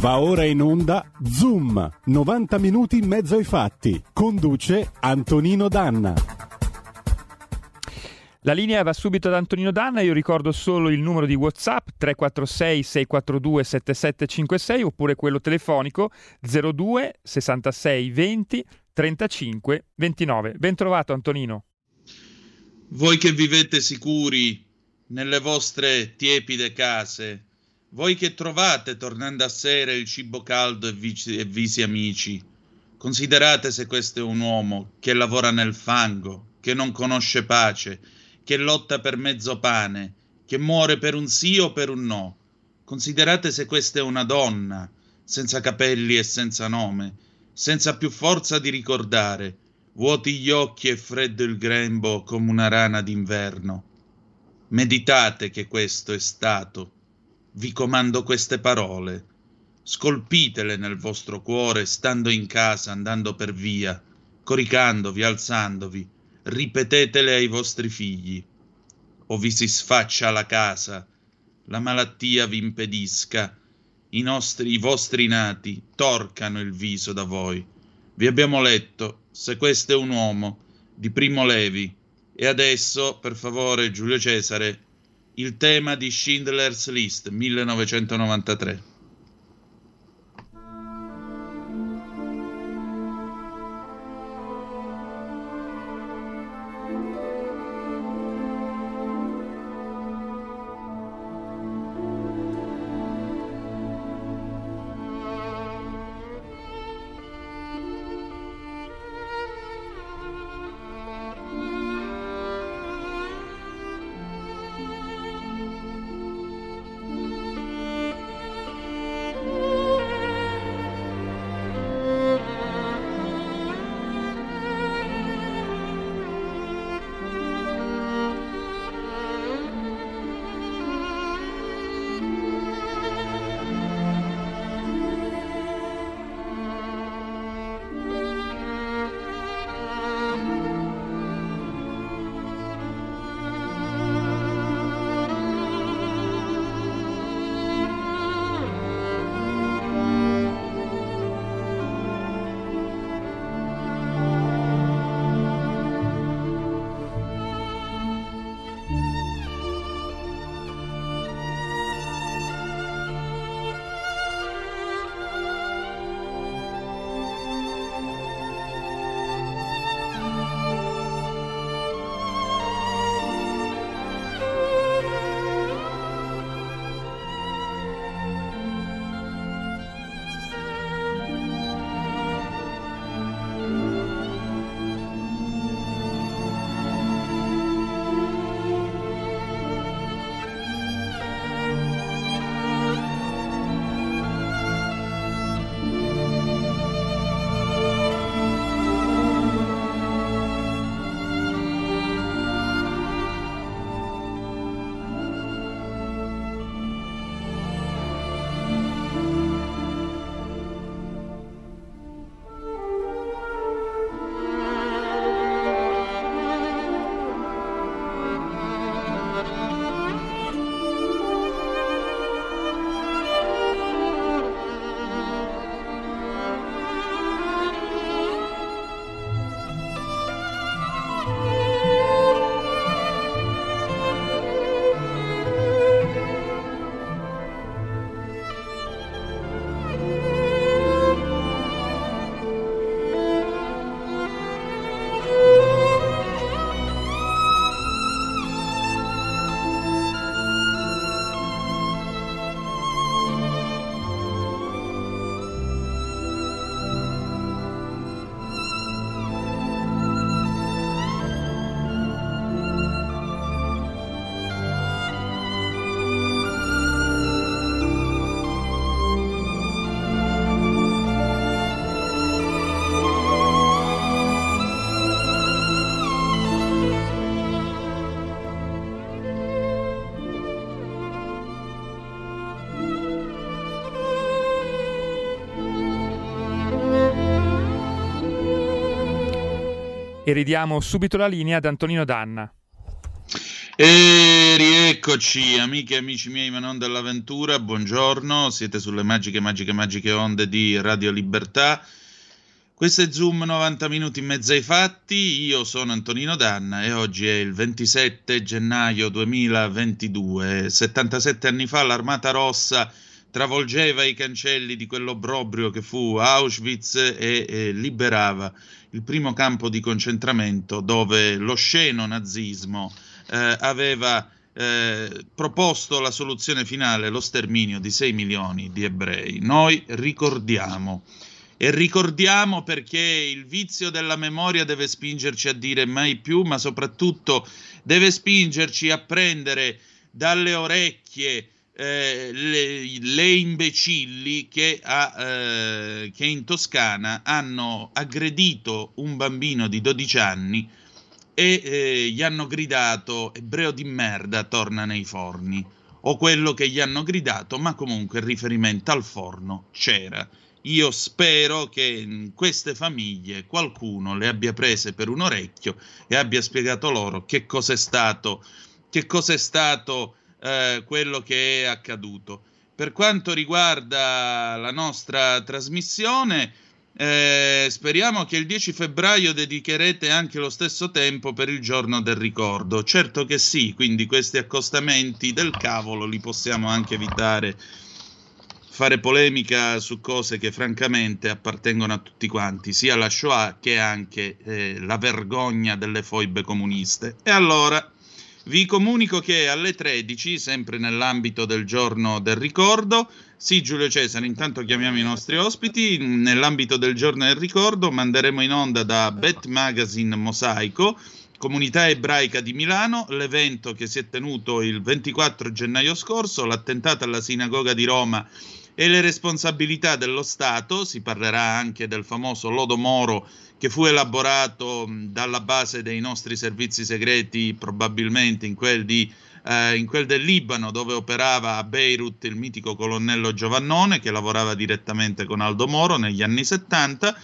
Va ora in onda Zoom, 90 minuti in mezzo ai fatti. Conduce Antonino Danna. La linea va subito ad Antonino Danna, io ricordo solo il numero di WhatsApp 346 642 7756 oppure quello telefonico 02 66 20 35 29. Ben trovato Antonino. Voi che vivete sicuri nelle vostre tiepide case, voi che trovate tornando a sera il cibo caldo e visi amici, considerate se questo è un uomo che lavora nel fango, che non conosce pace, che lotta per mezzo pane, che muore per un sì o per un no. Considerate se questa è una donna, senza capelli e senza nome, senza più forza di ricordare, vuoti gli occhi e freddo il grembo come una rana d'inverno. Meditate che questo è stato. Vi comando queste parole. Scolpitele nel vostro cuore, stando in casa, andando per via, coricandovi, alzandovi. Ripetetele ai vostri figli, o vi si sfaccia la casa, la malattia vi impedisca, i vostri nati torcano il viso da voi. Vi abbiamo letto, se questo è un uomo, di Primo Levi. E adesso, per favore, Giulio Cesare, il tema di Schindler's List, 1993. E ridiamo subito la linea ad Antonino Danna. E Eccoci, amiche e amici miei, ma non dell'avventura, buongiorno, siete sulle magiche onde di Radio Libertà. Questo è Zoom 90 minuti in mezzo ai fatti, io sono Antonino Danna e oggi è il 27 gennaio 2022. 77 anni fa l'Armata Rossa travolgeva i cancelli di quell'obbrobrio che fu Auschwitz e liberava il primo campo di concentramento dove l'osceno nazismo aveva proposto la soluzione finale, lo sterminio di 6 milioni di ebrei. Noi ricordiamo perché il vizio della memoria deve spingerci a dire mai più, ma soprattutto deve spingerci a prendere dalle orecchie le imbecilli che in Toscana hanno aggredito un bambino di 12 anni e gli hanno gridato ebreo di merda torna nei forni, o quello che gli hanno gridato, ma comunque il riferimento al forno c'era. Io spero che in queste famiglie qualcuno le abbia prese per un orecchio e abbia spiegato loro che cos'è stato quello che è accaduto. Per quanto riguarda la nostra trasmissione, speriamo che il 10 febbraio dedicherete anche lo stesso tempo per il giorno del ricordo. Certo che sì, quindi questi accostamenti del cavolo li possiamo anche evitare, fare polemica su cose che francamente appartengono a tutti quanti, sia la Shoah che anche la vergogna delle foibe comuniste. E allora vi comunico che alle 13, sempre nell'ambito del giorno del ricordo, sì Giulio Cesare, intanto chiamiamo i nostri ospiti, nell'ambito del giorno del ricordo manderemo in onda da Bet Magazine Mosaico, comunità ebraica di Milano, l'evento che si è tenuto il 24 gennaio scorso, l'attentato alla sinagoga di Roma e le responsabilità dello Stato. Si parlerà anche del famoso lodo Moro che fu elaborato dalla base dei nostri servizi segreti, probabilmente in quel del Libano, dove operava a Beirut il mitico colonnello Giovannone, che lavorava direttamente con Aldo Moro negli anni 70.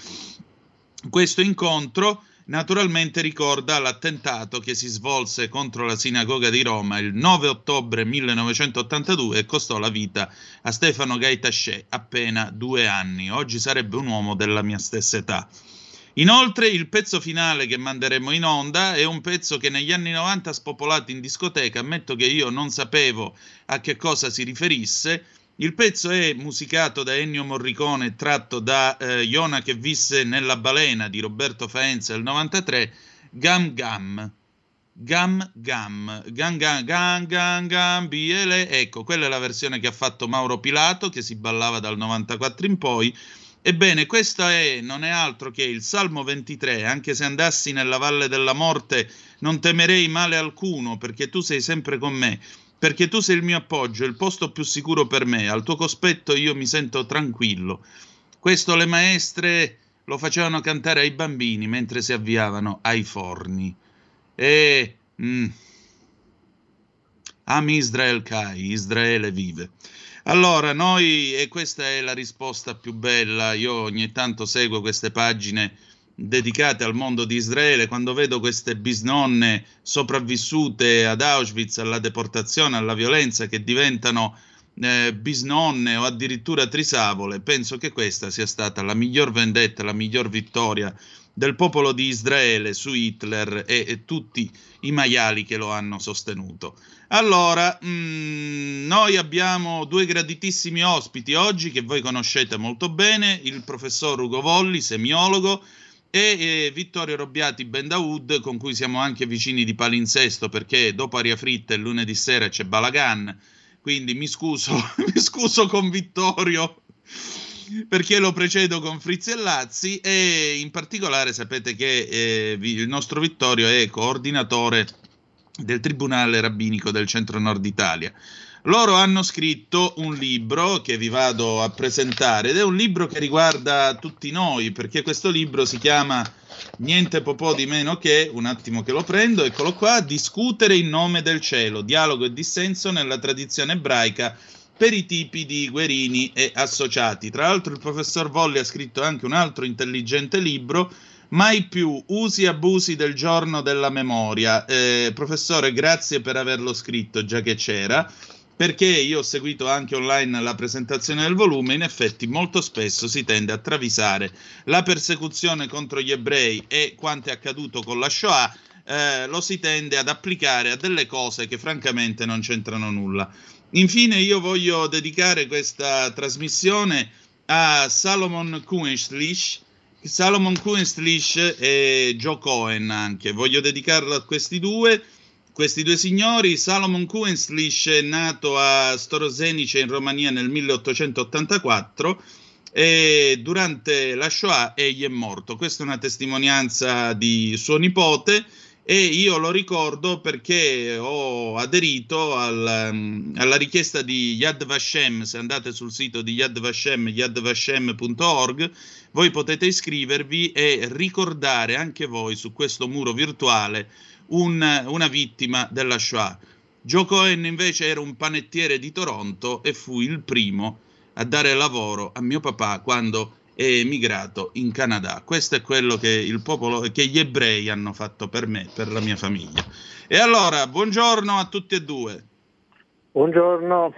Questo incontro naturalmente ricorda l'attentato che si svolse contro la sinagoga di Roma il 9 ottobre 1982 e costò la vita a Stefano Gaitaché, appena 2 anni. Oggi sarebbe un uomo della mia stessa età. Inoltre il pezzo finale che manderemo in onda è un pezzo che negli anni 90 ha spopolato in discoteca, ammetto che io non sapevo a che cosa si riferisse. Il pezzo è musicato da Ennio Morricone, tratto da Iona che visse nella balena di Roberto Faenza del 93, Gam Gam. Gam Gam, Gam Gam, Gam Gam Gam, Biele. Ecco, quella è la versione che ha fatto Mauro Pilato, che si ballava dal 94 in poi. Ebbene, questo non è altro che il Salmo 23, anche se andassi nella valle della morte non temerei male alcuno, perché tu sei sempre con me, perché tu sei il mio appoggio, il posto più sicuro per me, al tuo cospetto io mi sento tranquillo. Questo le maestre lo facevano cantare ai bambini mentre si avviavano ai forni. Am Israel Kai, Israele vive. Allora, e questa è la risposta più bella, io ogni tanto seguo queste pagine dedicate al mondo di Israele, quando vedo queste bisnonne sopravvissute ad Auschwitz, alla deportazione, alla violenza, che diventano bisnonne o addirittura trisavole, penso che questa sia stata la miglior vendetta, la miglior vittoria del popolo di Israele su Hitler e tutti i maiali che lo hanno sostenuto. Allora, noi abbiamo 2 graditissimi ospiti oggi che voi conoscete molto bene, il professor Ugo Volli, semiologo, e Vittorio Robbiati Bendaud, con cui siamo anche vicini di palinsesto, perché dopo Aria Fritta il lunedì sera c'è Balagan, quindi mi scuso con Vittorio perché lo precedo con Frizzi e Lazzi, e in particolare sapete che il nostro Vittorio è coordinatore del Tribunale Rabbinico del Centro-Nord Italia. Loro hanno scritto un libro che vi vado a presentare ed è un libro che riguarda tutti noi, perché questo libro si chiama niente po' di meno che, un attimo che lo prendo, eccolo qua, Discutere in nome del cielo, dialogo e dissenso nella tradizione ebraica per i tipi di Guerini e associati. Tra l'altro il professor Volli ha scritto anche un altro intelligente libro Mai più usi e abusi del giorno della memoria. Professore, grazie per averlo scritto, già che c'era, perché io ho seguito anche online la presentazione del volume. In effetti molto spesso si tende a travisare la persecuzione contro gli ebrei e quanto è accaduto con la Shoah, lo si tende ad applicare a delle cose che francamente non c'entrano nulla. Infine io voglio dedicare questa trasmissione a Salomon Kuenstlich e Joe Cohen anche. Voglio dedicarlo a questi due signori. Salomon Kuenstlich è nato a Storozenice in Romania nel 1884 e durante la Shoah egli è morto. Questa è una testimonianza di suo nipote e io lo ricordo perché ho aderito alla richiesta di Yad Vashem. Se andate sul sito di Yad Vashem, yadvashem.org, voi potete iscrivervi e ricordare anche voi su questo muro virtuale una vittima della Shoah. Joe Cohen invece era un panettiere di Toronto e fu il primo a dare lavoro a mio papà quando è emigrato in Canada. Questo è quello che gli ebrei hanno fatto per me, per la mia famiglia. E allora, buongiorno a tutti e due. Buongiorno.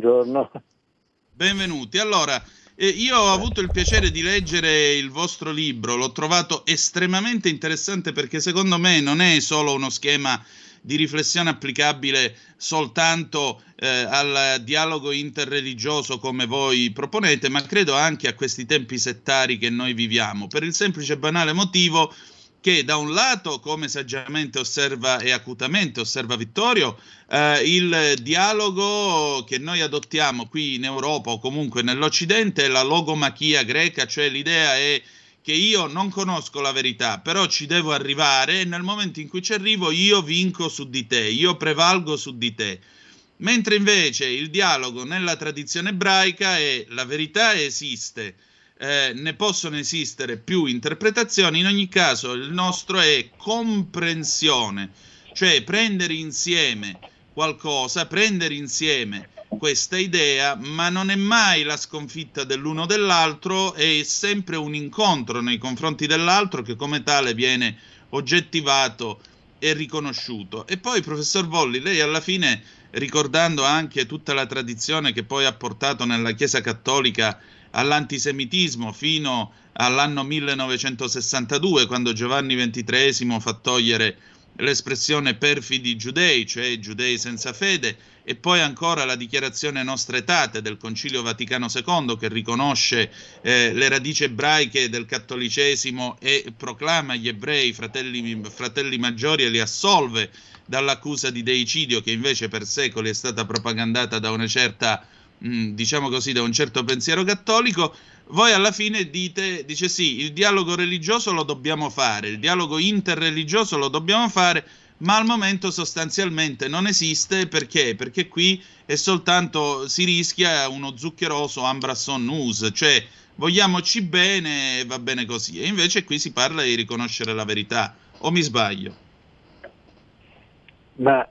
Benvenuti. Allora, io ho avuto il piacere di leggere il vostro libro, l'ho trovato estremamente interessante perché secondo me non è solo uno schema di riflessione applicabile soltanto al dialogo interreligioso come voi proponete, ma credo anche a questi tempi settari che noi viviamo, per il semplice e banale motivo che da un lato, come saggiamente osserva e acutamente osserva Vittorio, il dialogo che noi adottiamo qui in Europa o comunque nell'Occidente è la logomachia greca, cioè l'idea è che io non conosco la verità, però ci devo arrivare e nel momento in cui ci arrivo io vinco su di te, io prevalgo su di te. Mentre invece il dialogo nella tradizione ebraica è la verità esiste, ne possono esistere più interpretazioni, in ogni caso il nostro è comprensione, cioè prendere insieme qualcosa, prendere insieme questa idea, ma non è mai la sconfitta dell'uno o dell'altro, è sempre un incontro nei confronti dell'altro che come tale viene oggettivato e riconosciuto. E poi, professor Volli, lei alla fine, ricordando anche tutta la tradizione che poi ha portato nella Chiesa Cattolica all'antisemitismo fino all'anno 1962, quando Giovanni XXIII fa togliere l'espressione perfidi giudei, cioè giudei senza fede, e poi ancora la dichiarazione Nostra Aetate del Concilio Vaticano II che riconosce le radici ebraiche del cattolicesimo e proclama gli ebrei fratelli maggiori e li assolve dall'accusa di deicidio che invece per secoli è stata propagandata da una certa, diciamo così, da un certo pensiero cattolico. Voi alla fine dice sì, il dialogo religioso lo dobbiamo fare, il dialogo interreligioso lo dobbiamo fare, ma al momento sostanzialmente non esiste. Perché? Perché qui è soltanto, si rischia uno zuccheroso Ambrasson News, cioè vogliamoci bene e va bene così, e invece qui si parla di riconoscere la verità, o mi sbaglio? Ma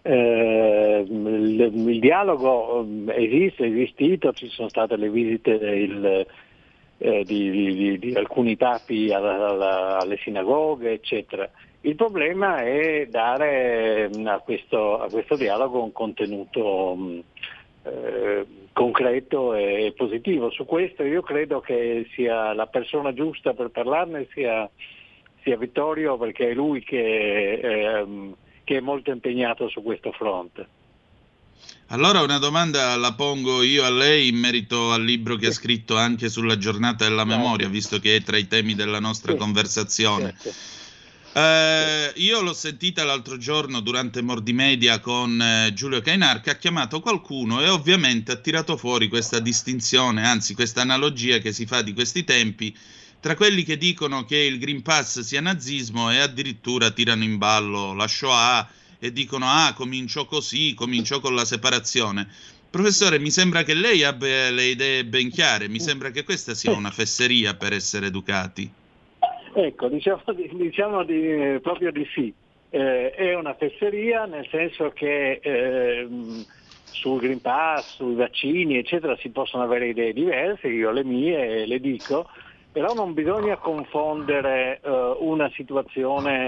il dialogo esiste, è esistito, ci sono state le visite di alcuni papi alle sinagoghe, eccetera. Il problema è dare a questo dialogo un contenuto concreto e positivo. Su questo io credo che sia la persona giusta per parlarne sia Vittorio, perché è lui che è molto impegnato su questo fronte. Allora una domanda la pongo io a lei in merito al libro che ha scritto anche sulla giornata della memoria, visto che è tra i temi della nostra conversazione. Certo. Io l'ho sentita l'altro giorno durante Mordimedia con Giulio Cainar, che ha chiamato qualcuno e ovviamente ha tirato fuori questa distinzione, anzi questa analogia che si fa di questi tempi tra quelli che dicono che il Green Pass sia nazismo e addirittura tirano in ballo la Shoah e dicono cominciò così, cominciò con la separazione. Professore, mi sembra che lei abbia le idee ben chiare, mi sembra che questa sia una fesseria per essere educati. Ecco, diciamo proprio di sì. È una fesseria, nel senso che sul Green Pass, sui vaccini, eccetera, si possono avere idee diverse, io le mie le dico, però non bisogna confondere una situazione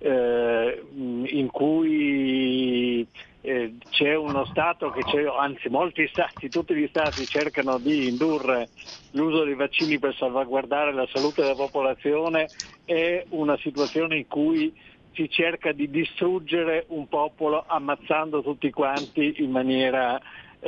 in cui c'è uno Stato anzi molti Stati, tutti gli Stati cercano di indurre l'uso dei vaccini per salvaguardare la salute della popolazione, e una situazione in cui si cerca di distruggere un popolo ammazzando tutti quanti in maniera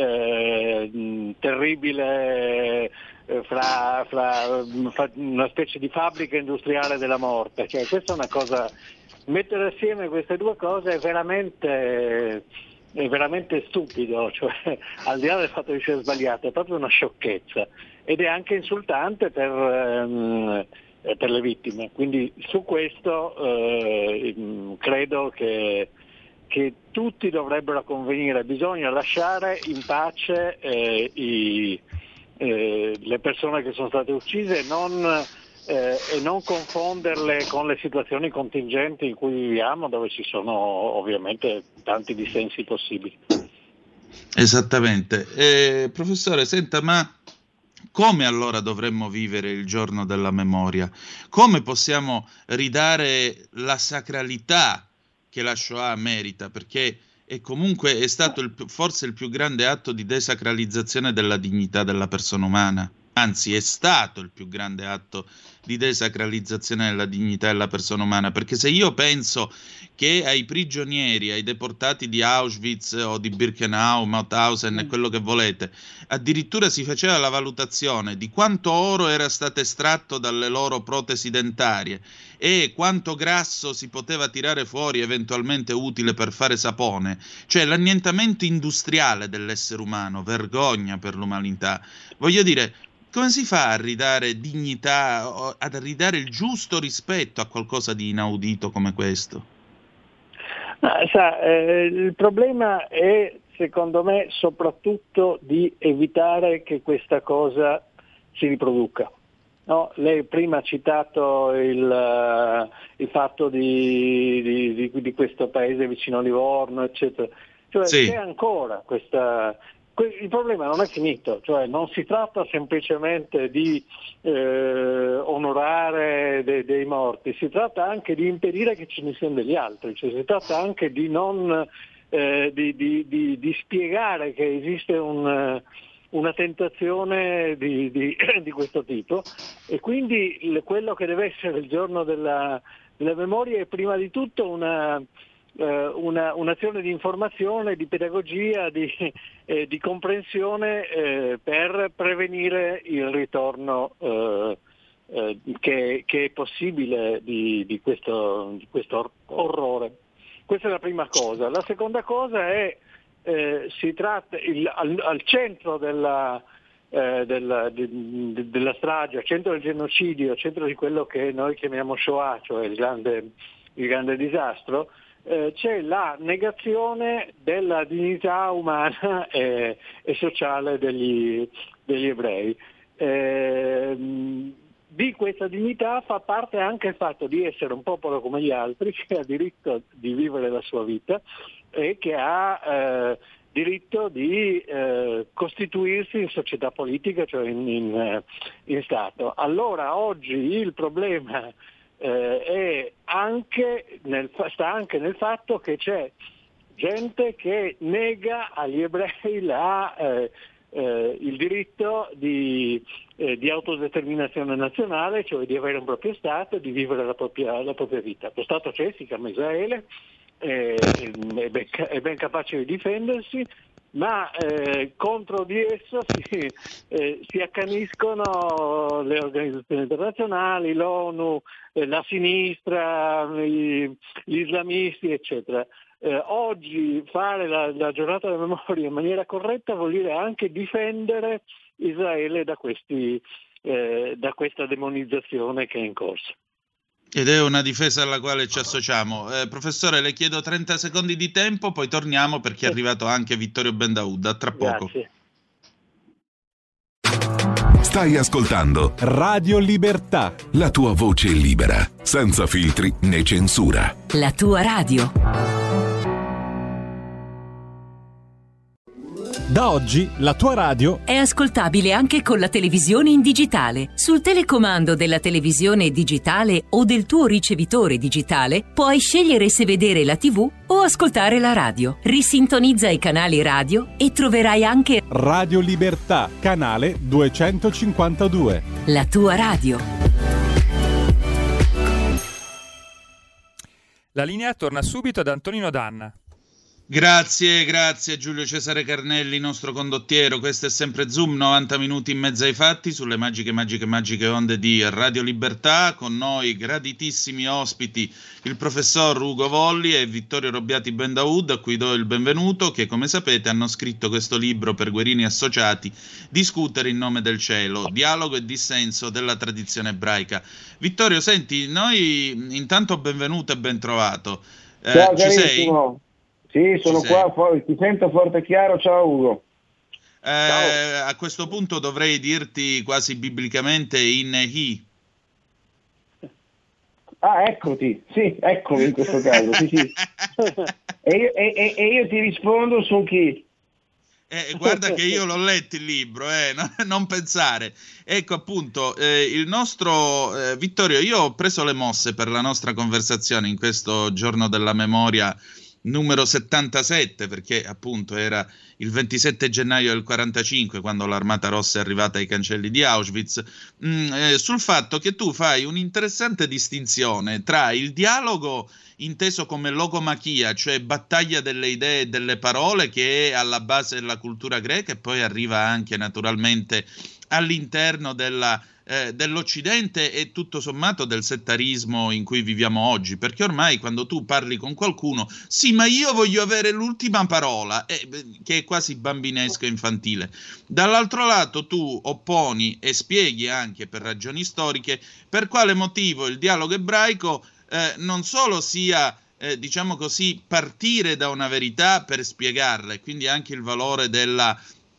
terribile, fra una specie di fabbrica industriale della morte. Cioè, questa è una cosa, mettere assieme queste due cose è veramente stupido, cioè, al di là del fatto di essere sbagliato, è proprio una sciocchezza, ed è anche insultante per le vittime. Quindi su questo credo che tutti dovrebbero convenire, bisogna lasciare in pace le persone che sono state uccise e non confonderle con le situazioni contingenti in cui viviamo, dove ci sono ovviamente tanti dissensi possibili. Esattamente. Professore, senta, ma come allora dovremmo vivere il giorno della memoria? Come possiamo ridare la sacralità che la Shoah merita? Perché è stato forse il più grande atto di desacralizzazione della dignità della persona umana. Anzi, è stato il più grande atto di desacralizzazione della dignità della persona umana, perché se io penso che ai prigionieri, ai deportati di Auschwitz o di Birkenau, Mauthausen e quello che volete, addirittura si faceva la valutazione di quanto oro era stato estratto dalle loro protesi dentarie e quanto grasso si poteva tirare fuori eventualmente utile per fare sapone, cioè l'annientamento industriale dell'essere umano, vergogna per l'umanità. Voglio dire, come si fa a ridare dignità, a ridare il giusto rispetto a qualcosa di inaudito come questo? Il problema è, secondo me, soprattutto di evitare che questa cosa si riproduca. No? Lei prima ha citato il fatto di questo paese vicino a Livorno, eccetera. Cioè, sì, c'è ancora questa... Il problema non è finito, cioè non si tratta semplicemente di onorare dei morti, si tratta anche di impedire che ce ne siano degli altri, cioè si tratta anche di non di spiegare che esiste una tentazione di questo tipo, e quindi quello che deve essere il giorno della memoria è prima di tutto un'azione di informazione, di pedagogia, di comprensione per prevenire il ritorno che è possibile di questo orrore. Questa è la prima cosa. La seconda cosa è si tratta al centro della strage, al centro del genocidio, al centro di quello che noi chiamiamo Shoah, cioè il grande disastro, c'è la negazione della dignità umana e sociale degli ebrei. Di questa dignità fa parte anche il fatto di essere un popolo come gli altri, che ha diritto di vivere la sua vita e che ha diritto di costituirsi in società politica, cioè in Stato. Allora oggi il problema sta anche nel fatto che c'è gente che nega agli ebrei il diritto di autodeterminazione nazionale, cioè di avere un proprio Stato e di vivere la propria vita. Lo Stato c'è, si chiama Israele, è ben capace di difendersi, ma contro di esso si accaniscono le organizzazioni internazionali, l'ONU, la sinistra, gli islamisti, eccetera. Oggi fare la giornata della memoria in maniera corretta vuol dire anche difendere Israele da questa demonizzazione che è in corso. Ed è una difesa alla quale ci associamo. Professore, le chiedo 30 secondi di tempo, poi torniamo perché è arrivato anche Vittorio Bendaud. A tra poco. Grazie. Stai ascoltando Radio Libertà, la tua voce libera, senza filtri né censura. La tua radio. Da oggi la tua radio è ascoltabile anche con la televisione in digitale. Sul telecomando della televisione digitale o del tuo ricevitore digitale puoi scegliere se vedere la TV o ascoltare la radio. Risintonizza i canali radio e troverai anche Radio Libertà, canale 252. la tua radio. La linea torna subito ad Antonino Danna. Grazie Giulio Cesare Carnelli, nostro condottiero. Questo è sempre Zoom, 90 minuti in mezzo ai fatti sulle magiche onde di Radio Libertà. Con noi graditissimi ospiti il professor Ugo Volli e Vittorio Robbiati Bendaud, a cui do il benvenuto, che come sapete hanno scritto questo libro per Guerini Associati, Discutere in nome del cielo, dialogo e dissenso della tradizione ebraica. Vittorio, senti, noi intanto benvenuto e ben trovato. Ciao, ci sei? Sì, sono qua, ti sento forte e chiaro. Ciao Ugo. Ciao. A questo punto dovrei dirti quasi biblicamente in Hi. Ah, eccoti, sì, eccomi in questo caso, sì. E io ti rispondo su chi? Guarda che io l'ho letto il libro, non pensare. Ecco appunto, il nostro Vittorio, io ho preso le mosse per la nostra conversazione in questo giorno della memoria numero 77, perché appunto era il 27 gennaio del 45 quando l'Armata Rossa è arrivata ai cancelli di Auschwitz, sul fatto che tu fai un'interessante distinzione tra il dialogo inteso come logomachia, cioè battaglia delle idee e delle parole, che è alla base della cultura greca e poi arriva anche naturalmente all'interno dell'Occidente e tutto sommato del settarismo in cui viviamo oggi, perché ormai quando tu parli con qualcuno, sì, ma io voglio avere l'ultima parola, che è quasi bambinesco e infantile. Dall'altro lato tu opponi e spieghi anche per ragioni storiche per quale motivo il dialogo ebraico non solo sia diciamo così, partire da una verità per spiegarla, e quindi anche il valore del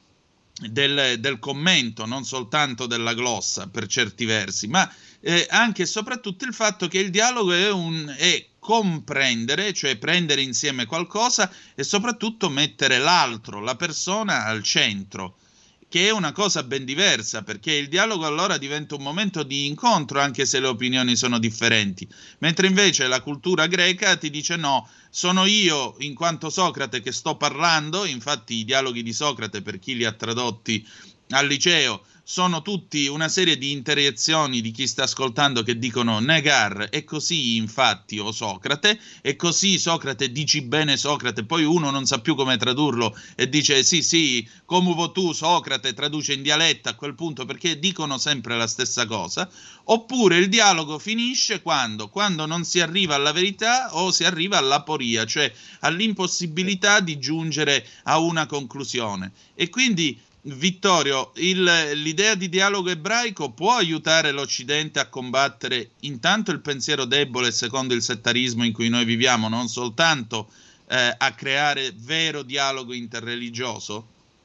commento, non soltanto della glossa per certi versi, ma anche e soprattutto il fatto che il dialogo è comprendere, cioè prendere insieme qualcosa e soprattutto mettere l'altro, la persona al centro, che è una cosa ben diversa, perché il dialogo allora diventa un momento di incontro anche se le opinioni sono differenti, mentre invece la cultura greca ti dice no, sono io in quanto Socrate che sto parlando. Infatti i dialoghi di Socrate, per chi li ha tradotti al liceo, sono tutti una serie di interiezioni di chi sta ascoltando che dicono negar, è così infatti o Socrate, è così Socrate, dici bene Socrate, poi uno non sa più come tradurlo e dice sì, come vuoi tu Socrate, traduce in dialetto a quel punto, perché dicono sempre la stessa cosa. Oppure il dialogo finisce quando non si arriva alla verità o si arriva all'aporia, cioè all'impossibilità di giungere a una conclusione. E quindi Vittorio, l'idea di dialogo ebraico può aiutare l'Occidente a combattere intanto il pensiero debole secondo il settarismo in cui noi viviamo, non soltanto a creare vero dialogo interreligioso?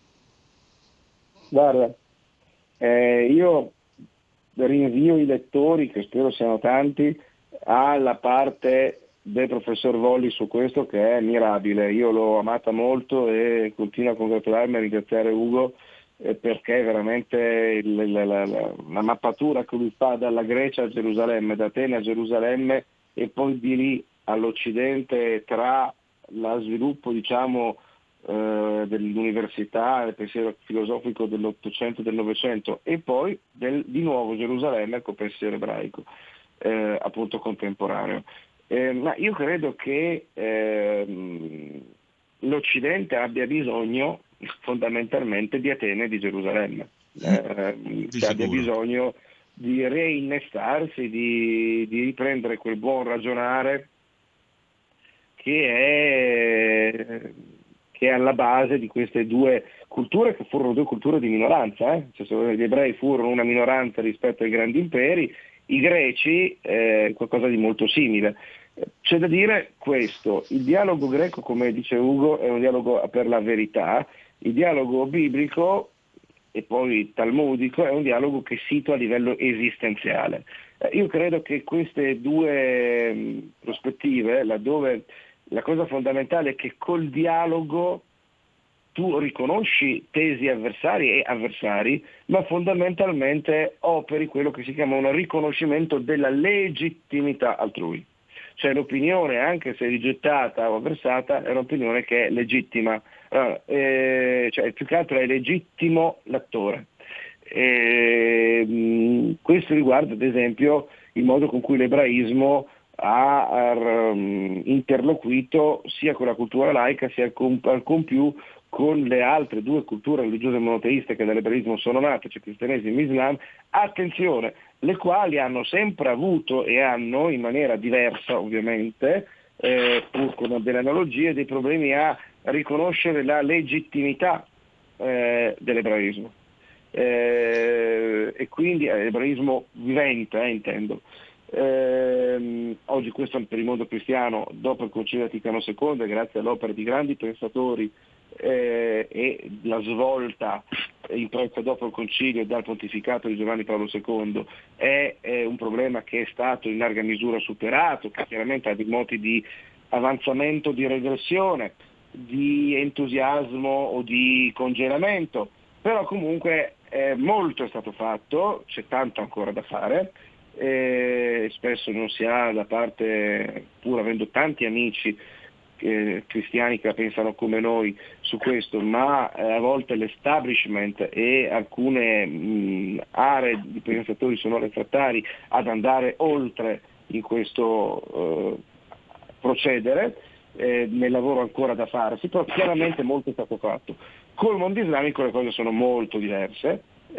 Guarda, io rinvio i lettori, che spero siano tanti, alla parte del professor Volli su questo, che è mirabile. Io l'ho amata molto e continuo a congratularmi e a ringraziare Ugo perché veramente la mappatura che lui fa dalla Grecia a Gerusalemme, da Atene a Gerusalemme e poi di lì all'Occidente, tra lo sviluppo diciamo dell'università, del pensiero filosofico dell'Ottocento e del Novecento, e poi di nuovo Gerusalemme col pensiero ebraico appunto contemporaneo. Ma io credo che l'Occidente abbia bisogno fondamentalmente di Atene e di Gerusalemme, abbia bisogno di reinnestarsi, di riprendere quel buon ragionare che è alla base di queste due culture, che furono due culture di minoranza, Cioè, gli ebrei furono una minoranza rispetto ai grandi imperi, i greci qualcosa di molto simile. C'è da dire questo: il dialogo greco, come dice Ugo, è un dialogo per la verità, il dialogo biblico e poi talmudico è un dialogo che situa a livello esistenziale. Io credo che queste due prospettive, laddove la cosa fondamentale è che col dialogo tu riconosci tesi avversari e avversari, ma fondamentalmente operi quello che si chiama un riconoscimento della legittimità altrui. Cioè l'opinione, anche se rigettata o avversata, è un'opinione che è legittima, cioè più che altro è legittimo l'attore. Questo riguarda ad esempio il modo con cui l'ebraismo ha interloquito sia con la cultura laica sia ancor più con le altre due culture religiose monoteiste che dall'ebraismo sono nate, cioè cristianesimo e Islam, attenzione, le quali hanno sempre avuto e hanno in maniera diversa ovviamente, pur con delle analogie, dei problemi a riconoscere la legittimità dell'ebraismo. E quindi l'ebraismo vivente, intendo. Oggi questo per il mondo cristiano, dopo il Concilio Vaticano II, grazie all'opera di grandi pensatori e la svolta impressa dopo il Concilio e dal pontificato di Giovanni Paolo II, è un problema che è stato in larga misura superato, che chiaramente ha dei moti di avanzamento, di regressione, di entusiasmo o di congelamento, però comunque molto è stato fatto, c'è tanto ancora da fare. Spesso non si ha da parte, pur avendo tanti amici cristiani che la pensano come noi su questo, ma a volte l'establishment e alcune aree di pensatori sono refrattari ad andare oltre in questo procedere. Nel lavoro ancora da farsi, però chiaramente molto è stato fatto. Col mondo islamico le cose sono molto diverse,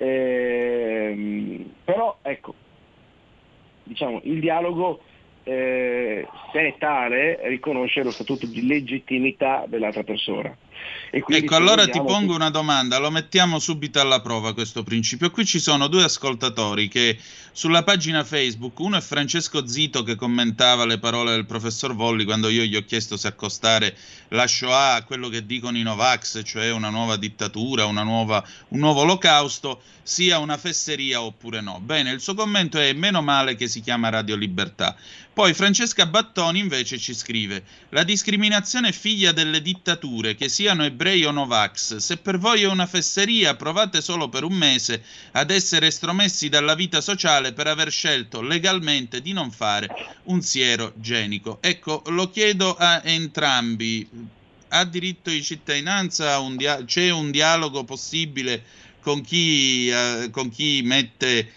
però ecco, diciamo, il dialogo, se è tale, riconosce lo statuto di legittimità dell'altra persona. E ecco, allora ti pongo una domanda, lo mettiamo subito alla prova questo principio. Qui ci sono due ascoltatori che sulla pagina Facebook, uno è Francesco Zito che commentava le parole del professor Volli quando io gli ho chiesto se accostare la Shoah a quello che dicono i Novax, cioè una nuova dittatura, un nuovo olocausto, sia una fesseria oppure no. Bene, il suo commento è: meno male che si chiama Radio Libertà. Poi Francesca Battoni invece ci scrive: la discriminazione è figlia delle dittature, che siano ebrei o Novax. Se per voi è una fesseria, provate solo per un mese ad essere estromessi dalla vita sociale per aver scelto legalmente di non fare un siero genico. Ecco, lo chiedo a entrambi. Ha diritto di cittadinanza? C'è un dialogo possibile con chi mette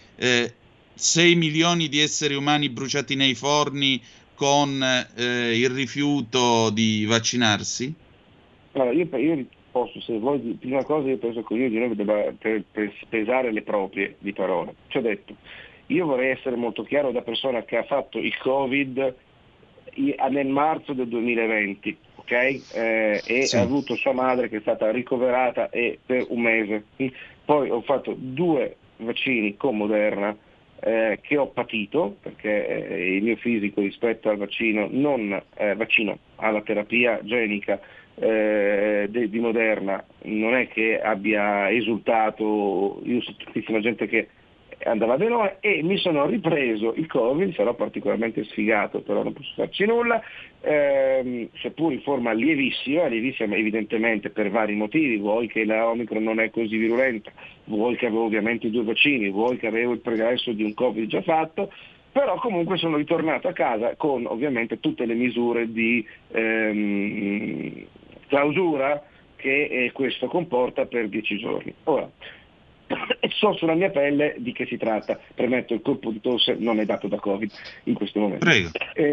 6 milioni di esseri umani bruciati nei forni con il rifiuto di vaccinarsi? Allora, io posso, se vuoi, prima cosa io penso che ognuno di noi debba pesare le proprie di parole. Ci ho detto, io vorrei essere molto chiaro da persona che ha fatto il Covid nel marzo del 2020, ok? E sì, ha avuto sua madre che è stata ricoverata per un mese. Poi ho fatto 2 vaccini con Moderna, che ho patito perché il mio fisico rispetto al vaccino, alla terapia genica di Moderna, non è che abbia esultato. Io so tantissima gente che andava bene e mi sono ripreso il Covid, sarò particolarmente sfigato, però non posso farci nulla, seppur in forma lievissima evidentemente per vari motivi, vuoi che la Omicron non è così virulenta, vuoi che avevo ovviamente i 2 vaccini, vuoi che avevo il pregresso di un Covid già fatto, però comunque sono ritornato a casa con ovviamente tutte le misure di clausura che questo comporta per 10 giorni. Ora, so sulla mia pelle di che si tratta, premetto, il colpo di tosse non è dato da Covid in questo momento. Prego.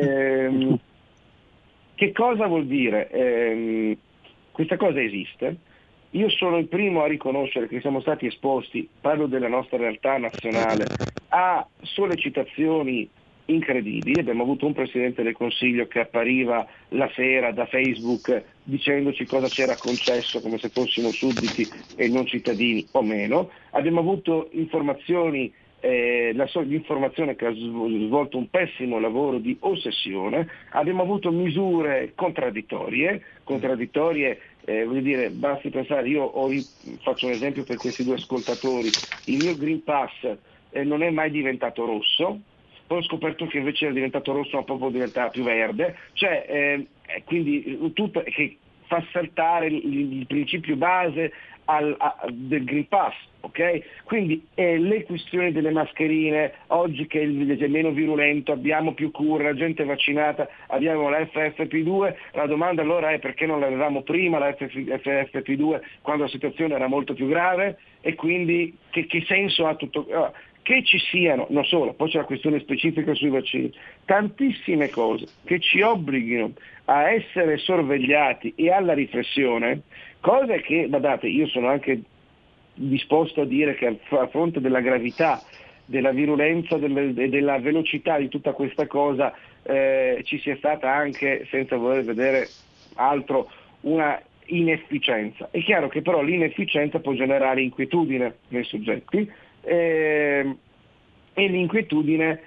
Che cosa vuol dire? Questa cosa esiste. Io sono il primo a riconoscere che siamo stati esposti, parlo della nostra realtà nazionale, a sollecitazioni incredibili. Abbiamo avuto un Presidente del Consiglio che appariva la sera da Facebook dicendoci cosa c'era concesso, come se fossimo sudditi e non cittadini o meno. Abbiamo avuto informazioni, l'informazione che ha svolto un pessimo lavoro di ossessione. Abbiamo avuto misure contraddittorie, voglio dire, basti pensare, faccio un esempio per questi 2 ascoltatori, il mio Green Pass non è mai diventato rosso, poi ho scoperto che invece era diventato rosso, ma proprio diventava più verde, quindi tutto che fa saltare il principio base del Green Pass, ok? Quindi le questioni delle mascherine, oggi che è meno virulento, abbiamo più cure, la gente è vaccinata, abbiamo la FFP2, la domanda allora è perché non l'avevamo prima la FFP2 quando la situazione era molto più grave, e quindi che senso ha tutto? Che ci siano, non solo, poi c'è la questione specifica sui vaccini, tantissime cose che ci obblighino a essere sorvegliati e alla riflessione, cose che, badate, io sono anche disposto a dire che a fronte della gravità, della virulenza e della velocità di tutta questa cosa ci sia stata anche, senza voler vedere altro, una inefficienza. È chiaro che però l'inefficienza può generare inquietudine nei soggetti, e l'inquietudine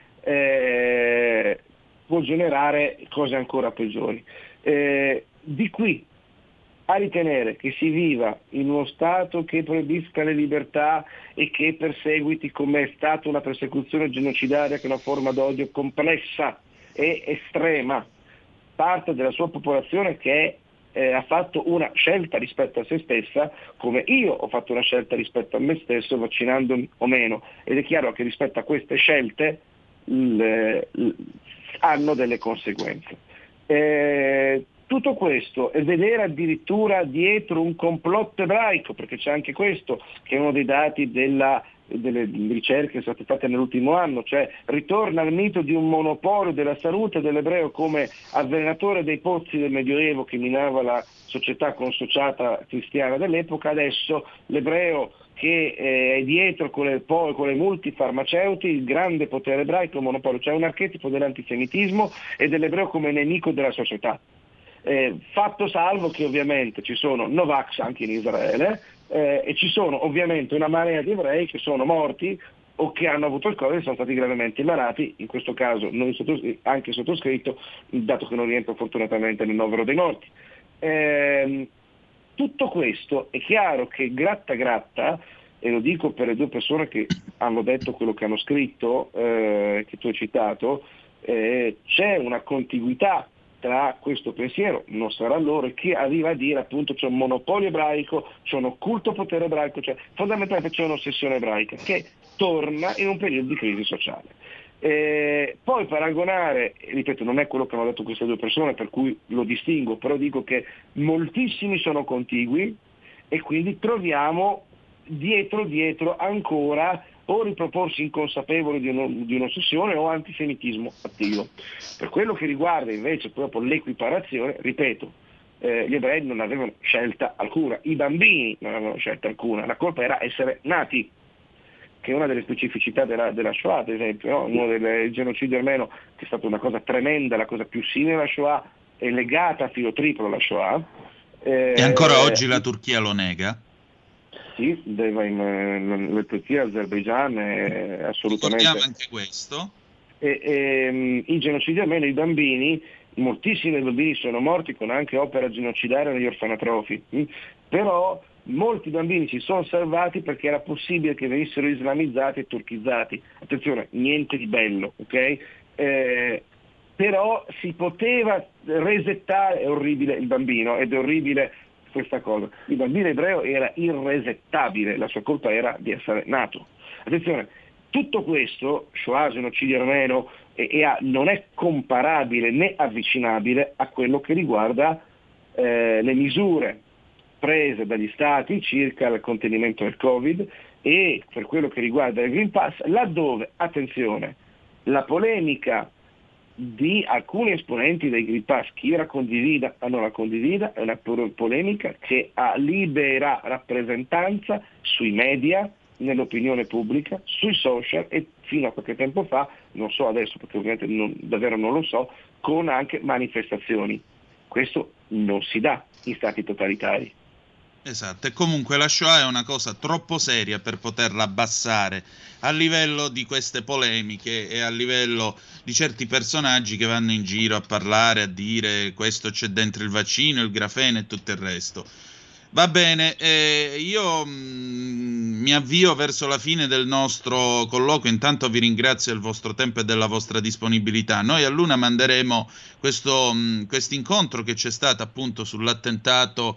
può generare cose ancora peggiori. Di qui a ritenere che si viva in uno Stato che proibisca le libertà e che perseguiti, come è stata una persecuzione genocidaria, che è una forma d'odio complessa e estrema, parte della sua popolazione che ha fatto una scelta rispetto a se stessa, come io ho fatto una scelta rispetto a me stesso, vaccinandomi o meno, ed è chiaro che rispetto a queste scelte hanno delle conseguenze. Tutto questo, e vedere addirittura dietro un complotto ebraico, perché c'è anche questo, che è uno dei dati delle ricerche che sono state fatte nell'ultimo anno, cioè ritorna al mito di un monopolio della salute dell'ebreo come avvelenatore dei pozzi del Medioevo che minava la società consociata cristiana dell'epoca. Adesso l'ebreo che è dietro con le multifarmaceuti, il grande potere ebraico, il monopolio, cioè un archetipo dell'antisemitismo e dell'ebreo come nemico della società. Fatto salvo che ovviamente ci sono Novax anche in Israele, e ci sono ovviamente una marea di ebrei che sono morti o che hanno avuto il Covid e sono stati gravemente malati, in questo caso anche sottoscritto, dato che non rientro fortunatamente nel novero dei morti. Tutto questo è chiaro che gratta, e lo dico per le due persone che hanno detto quello che hanno scritto, che tu hai citato, c'è una contiguità tra questo pensiero, non sarà loro, che arriva a dire appunto c'è un monopolio ebraico, c'è un occulto potere ebraico, cioè fondamentalmente c'è un'ossessione ebraica che torna in un periodo di crisi sociale. Poi paragonare, ripeto, non è quello che hanno detto queste due persone, per cui lo distingo, però dico che moltissimi sono contigui e quindi troviamo dietro ancora o riproporsi inconsapevoli di un'ossessione o antisemitismo attivo. Per quello che riguarda invece proprio l'equiparazione, ripeto, gli ebrei non avevano scelta alcuna, i bambini non avevano scelta alcuna, la colpa era essere nati, che è una delle specificità della Shoah, ad esempio, no? Uno del genocidio armeno, che è stata una cosa tremenda, la cosa più simile alla Shoah, è legata a filo triplo alla Shoah. E ancora oggi la Turchia lo nega? Sì, la Turchia, l'Azerbaigian, assolutamente. Ricordiamo anche questo. Il genocidio armeno, i bambini, moltissimi bambini sono morti con anche opera genocidaria negli orfanatrofi, però molti bambini si sono salvati perché era possibile che venissero islamizzati e turchizzati. Attenzione, niente di bello, ok? Però si poteva resettare, è orribile il bambino ed è orribile questa cosa. Il bambino ebreo era irresettabile, la sua colpa era di essere nato. Attenzione, tutto questo, Shoah, genocidio armeno, non è comparabile né avvicinabile a quello che riguarda le misure prese dagli stati circa il contenimento del Covid e per quello che riguarda il Green Pass, laddove, attenzione, la polemica di alcuni esponenti del Green Pass, chi la condivida o non la condivida, è una polemica che ha libera rappresentanza sui media, nell'opinione pubblica, sui social e fino a qualche tempo fa, non so adesso perché ovviamente davvero non lo so, con anche manifestazioni. Questo non si dà in stati totalitari. Esatto, e comunque la Shoah è una cosa troppo seria per poterla abbassare a livello di queste polemiche e a livello di certi personaggi che vanno in giro a parlare, a dire questo c'è dentro il vaccino, il grafene e tutto il resto. Va bene, io mi avvio verso la fine del nostro colloquio. Intanto vi ringrazio del vostro tempo e della vostra disponibilità. Noi a Luna manderemo questo incontro che c'è stato appunto sull'attentato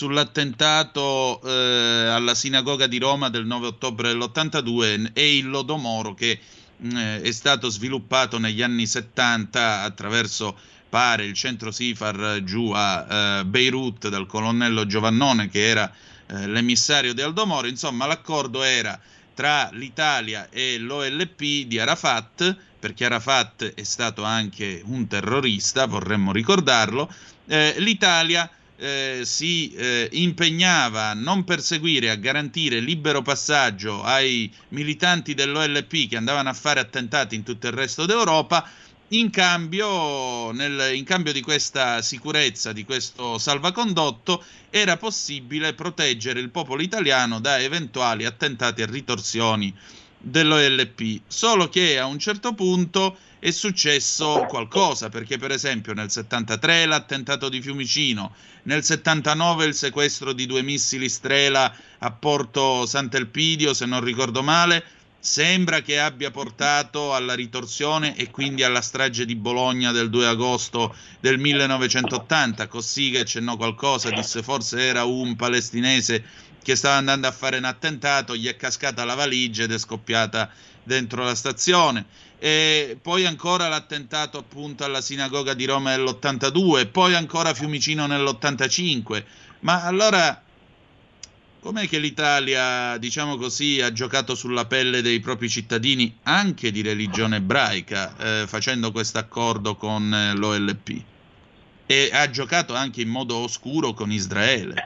alla sinagoga di Roma del 9 ottobre dell'82 e il Lodomoro che è stato sviluppato negli anni 70 attraverso, pare, il centro Sifar giù a Beirut dal colonnello Giovannone, che era l'emissario di Aldo Moro. Insomma, l'accordo era tra l'Italia e l'OLP di Arafat, perché Arafat è stato anche un terrorista, vorremmo ricordarlo. L'Italia si impegnava a non perseguire, a garantire libero passaggio ai militanti dell'OLP che andavano a fare attentati in tutto il resto d'Europa. In cambio di questa sicurezza, di questo salvacondotto, era possibile proteggere il popolo italiano da eventuali attentati e ritorsioni dell'OLP. Solo che a un certo punto è successo qualcosa, perché per esempio nel 73 l'attentato di Fiumicino, nel 79 il sequestro di 2 missili Strela a Porto Sant'Elpidio, se non ricordo male, sembra che abbia portato alla ritorsione e quindi alla strage di Bologna del 2 agosto del 1980. Cossiga accennò qualcosa, disse forse era un palestinese che stava andando a fare un attentato, gli è cascata la valigia ed è scoppiata dentro la stazione. E poi ancora l'attentato appunto alla sinagoga di Roma nell'82, poi ancora Fiumicino nell'85. Ma allora com'è che l'Italia, diciamo così, ha giocato sulla pelle dei propri cittadini anche di religione ebraica, facendo questo accordo con l'OLP, e ha giocato anche in modo oscuro con Israele?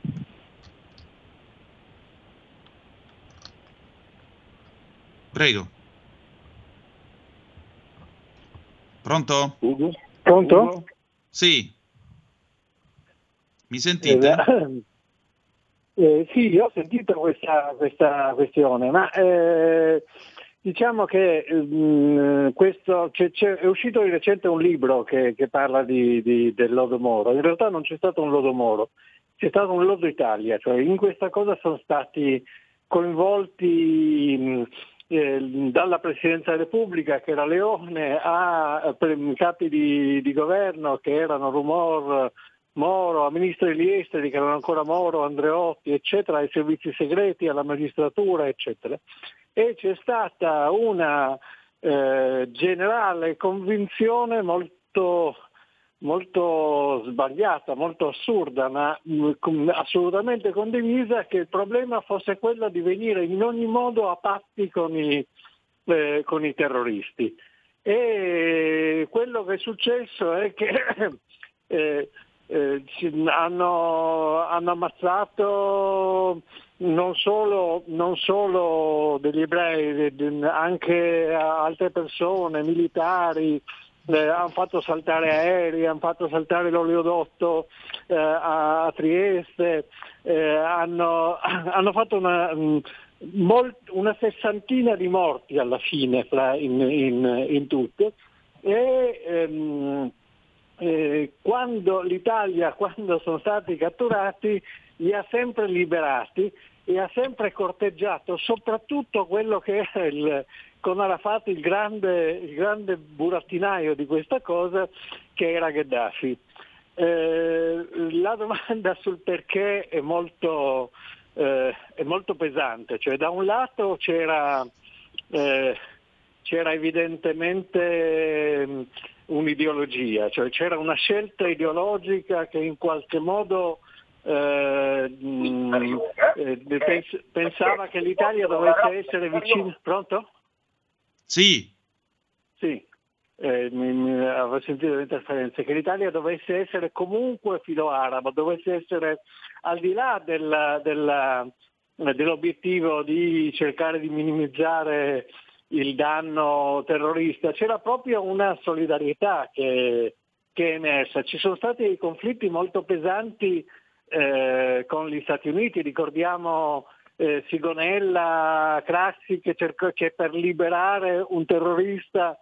Prego. Pronto? Ugo? Pronto? Sì. Mi sentite? Sì, ho sentito questa questione, ma diciamo che è uscito di recente un libro che parla del lodo Moro. In realtà non c'è stato un lodo Moro, c'è stato un lodo Italia, cioè in questa cosa sono stati coinvolti dalla Presidenza della Repubblica, che era Leone, a capi di governo che erano Moro, a ministri degli esteri che erano ancora Moro, Andreotti, eccetera, ai servizi segreti, alla magistratura, eccetera. E c'è stata una generale convinzione molto sbagliata, molto assurda, ma assolutamente condivisa, che il problema fosse quello di venire in ogni modo a patti con i terroristi. E quello che è successo è che hanno ammazzato non solo degli ebrei, anche altre persone, militari, hanno fatto saltare aerei, hanno fatto saltare l'oleodotto a Trieste, hanno fatto una sessantina di morti alla fine in tutto. Quando l'Italia, quando sono stati catturati, li ha sempre liberati e ha sempre corteggiato soprattutto quello che era con Arafat il grande burattinaio di questa cosa, che era Gheddafi. La domanda sul perché è molto pesante, cioè da un lato c'era evidentemente un'ideologia, cioè c'era una scelta ideologica che in qualche modo pensava che l'Italia dovesse essere vicina. Pronto? Sì. Sì, avevo sentito le interferenze, che l'Italia dovesse essere comunque filo-araba, dovesse essere al di là dell'obiettivo di cercare di minimizzare il danno terrorista. C'era proprio una solidarietà che è emersa. Ci sono stati dei conflitti molto pesanti con gli Stati Uniti, ricordiamo Sigonella, Craxi che per liberare un terrorista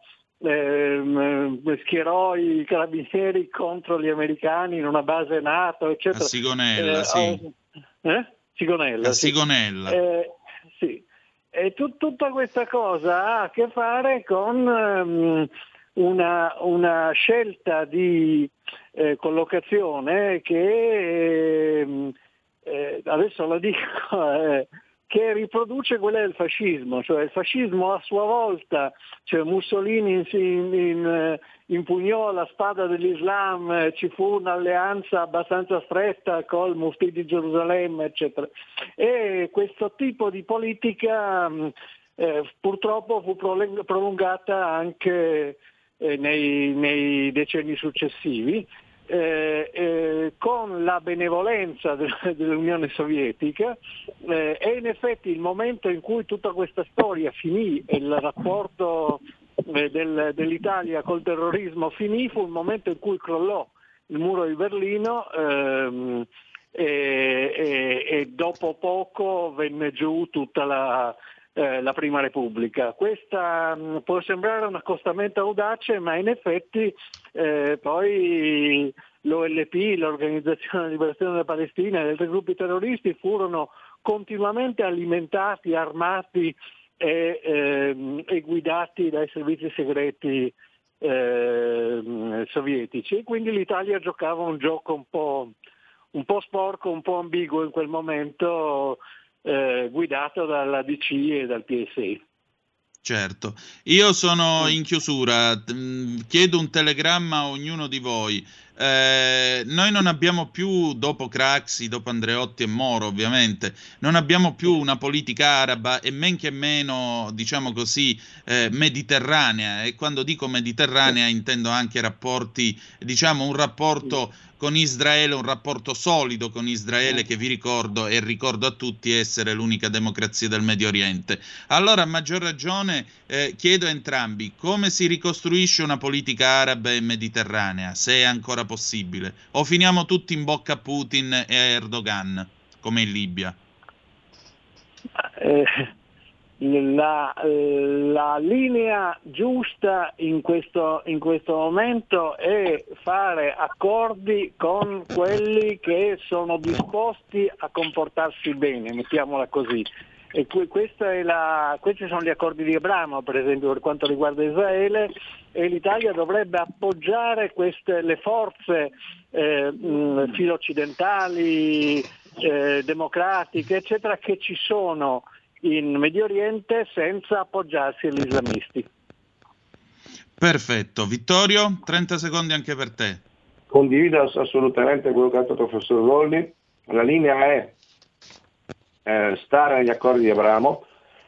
schierò i carabinieri contro gli americani in una base NATO, eccetera. A Sigonella, sì. Sigonella, a Sigonella. Sì. E tutta questa cosa ha a che fare con una scelta di collocazione che adesso lo dico, che riproduce quella del fascismo, cioè il fascismo a sua volta, cioè Mussolini impugnò la spada dell'Islam, ci fu un'alleanza abbastanza stretta col Mufti di Gerusalemme, eccetera. E questo tipo di politica purtroppo fu prolungata anche nei decenni successivi, con la benevolenza dell'Unione Sovietica, e in effetti il momento in cui tutta questa storia finì e il rapporto dell'Italia col terrorismo finì, fu il momento in cui crollò il muro di Berlino, e dopo poco venne giù tutta la Prima Repubblica. Questa può sembrare un accostamento audace, ma in effetti poi l'OLP, l'Organizzazione di Liberazione della Palestina e altri gruppi terroristi furono continuamente alimentati, armati e guidati dai servizi segreti sovietici, e quindi l'Italia giocava un gioco un po' sporco, un po' ambiguo in quel momento, guidato dalla DC e dal PSA. Certo, io sono in chiusura, chiedo un telegramma a ognuno di voi. Noi non abbiamo più, dopo Craxi, dopo Andreotti e Moro ovviamente, non abbiamo più una politica araba e men che meno, diciamo così, mediterranea, e quando dico mediterranea intendo anche rapporti, diciamo un rapporto con Israele, un rapporto solido con Israele, che vi ricordo e ricordo a tutti essere l'unica democrazia del Medio Oriente. Allora, a maggior ragione, chiedo a entrambi, come si ricostruisce una politica araba e mediterranea, se è ancora possibile, o finiamo tutti in bocca a Putin e a Erdogan, come in Libia? La linea giusta in questo momento è fare accordi con quelli che sono disposti a comportarsi bene, mettiamola così. E questi sono gli accordi di Abramo, per esempio, per quanto riguarda Israele, e l'Italia dovrebbe appoggiare le forze filo-occidentali, democratiche, eccetera, che ci sono in Medio Oriente, senza appoggiarsi agli islamisti. Perfetto. Vittorio, 30 secondi anche per te. Condivido assolutamente quello che ha detto il professor Rolli. La linea è stare negli accordi di Abramo,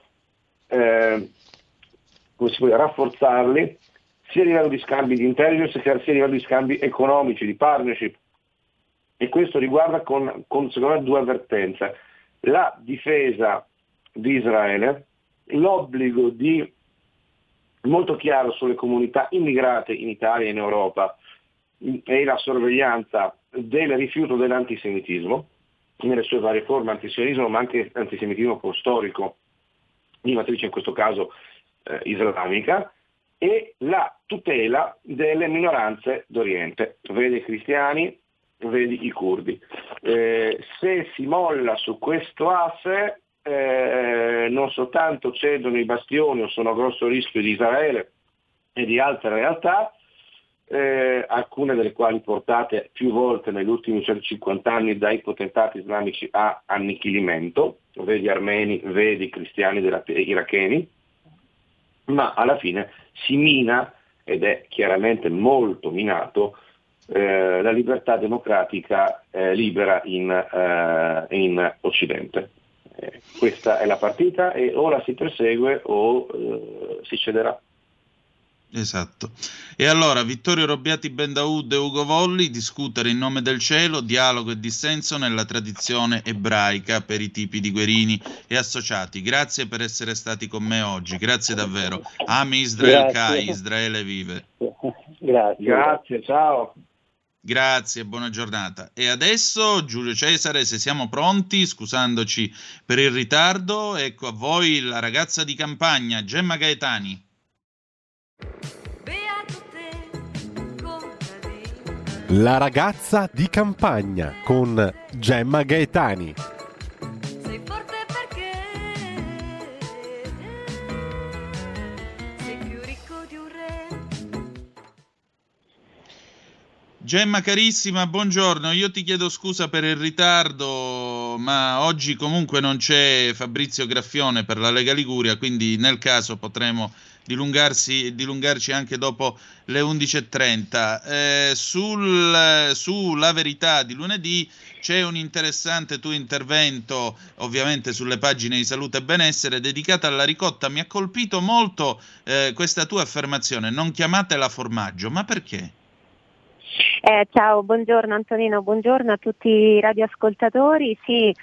come si può dire, rafforzarli sia a livello di scambi di intelligence sia a livello di scambi economici, di partnership, e questo riguarda con secondo me due avvertenze: la difesa di Israele, l'obbligo molto chiaro sulle comunità immigrate in Italia e in Europa e la sorveglianza del rifiuto dell'antisemitismo nelle sue varie forme, antisionismo ma anche antisemitismo storico di matrice in questo caso islamica, e la tutela delle minoranze d'Oriente, vedi i cristiani, vedi i curdi. Se si molla su questo asse, non soltanto cedono i bastioni o sono a grosso rischio di Israele e di altre realtà, alcune delle quali portate più volte negli ultimi 150 anni dai potentati islamici a annichilimento, vedi armeni, vedi cristiani iracheni, ma alla fine si mina, ed è chiaramente molto minato, la libertà democratica libera in Occidente. Questa è la partita e o la si persegue o si cederà. Esatto. E allora, Vittorio Robbiati Bendaud e Ugo Volli, discutere in nome del cielo, dialogo e dissenso nella tradizione ebraica per i tipi di Guerini e associati. Grazie per essere stati con me oggi, grazie davvero. Ami Israel Kai, Israele vive. Grazie, ciao. Grazie, buona giornata. E adesso, Giulio Cesare, se siamo pronti, scusandoci per il ritardo, ecco a voi la ragazza di campagna, Gemma Gaetani. La ragazza di campagna con Gemma Gaetani. Sei forte perché Gemma carissima, buongiorno, io ti chiedo scusa per il ritardo, ma oggi comunque non c'è Fabrizio Graffione per la Lega Liguria, quindi nel caso potremo dilungarci anche dopo le 11:30. Sulla Verità di lunedì c'è un interessante tuo intervento, ovviamente sulle pagine di Salute e Benessere, dedicato alla ricotta. Mi ha colpito molto questa tua affermazione, non chiamatela formaggio, ma perché? Ciao, buongiorno Antonino, buongiorno a tutti i radioascoltatori. Sì,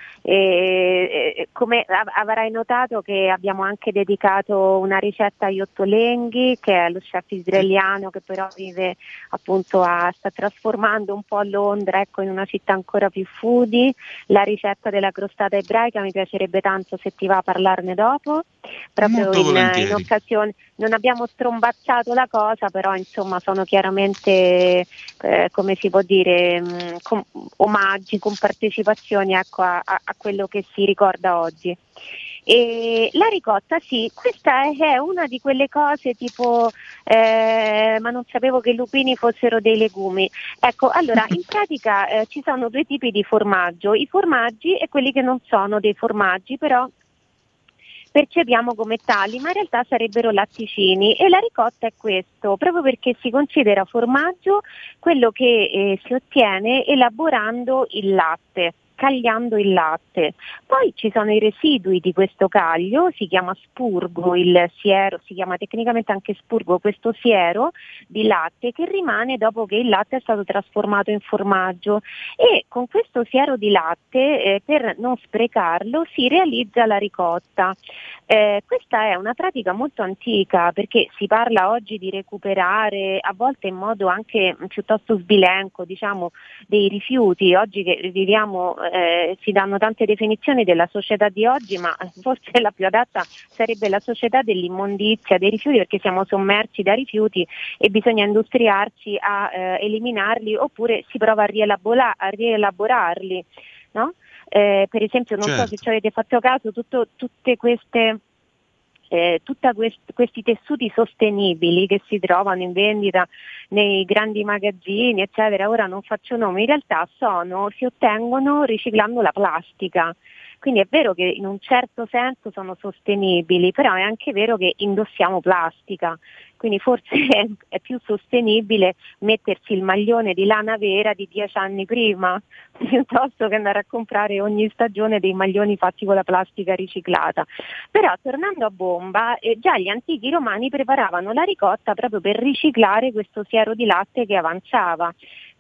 come avrai notato che abbiamo anche dedicato una ricetta a Iotto Lenghi, che è lo chef israeliano che però vive appunto sta trasformando un po' a Londra, ecco, in una città ancora più foodie. La ricetta della crostata ebraica mi piacerebbe tanto se ti va a parlarne dopo, proprio in occasione. Non abbiamo strombacciato la cosa, però insomma sono chiaramente come si può dire, omaggi, con partecipazioni, ecco, a quello che si ricorda oggi. E la ricotta, sì, questa è una di quelle cose tipo ma non sapevo che i lupini fossero dei legumi. Ecco, allora in pratica ci sono due tipi di formaggio, i formaggi e quelli che non sono dei formaggi, però percepiamo come tali, ma in realtà sarebbero latticini, e la ricotta è questo, proprio perché si considera formaggio quello che si ottiene elaborando il latte, cagliando il latte. Poi ci sono i residui di questo caglio, si chiama spurgo, il siero, si chiama tecnicamente anche spurgo, questo siero di latte che rimane dopo che il latte è stato trasformato in formaggio, e con questo siero di latte per non sprecarlo si realizza la ricotta. Questa è una pratica molto antica, perché si parla oggi di recuperare, a volte in modo anche piuttosto sbilenco, diciamo, dei rifiuti. Oggi che viviamo si danno tante definizioni della società di oggi, ma forse la più adatta sarebbe la società dell'immondizia, dei rifiuti, perché siamo sommersi da rifiuti e bisogna industriarsi a eliminarli, oppure si prova a rielaborarli, no? Per esempio, non so se ci avete fatto caso, tutte queste questi tessuti sostenibili che si trovano in vendita nei grandi magazzini, eccetera, ora non faccio nomi, in realtà si ottengono riciclando la plastica. Quindi è vero che in un certo senso sono sostenibili, però è anche vero che indossiamo plastica, quindi forse è più sostenibile mettersi il maglione di lana vera di 10 anni prima, piuttosto che andare a comprare ogni stagione dei maglioni fatti con la plastica riciclata. Però tornando a bomba, già gli antichi romani preparavano la ricotta proprio per riciclare questo siero di latte che avanzava.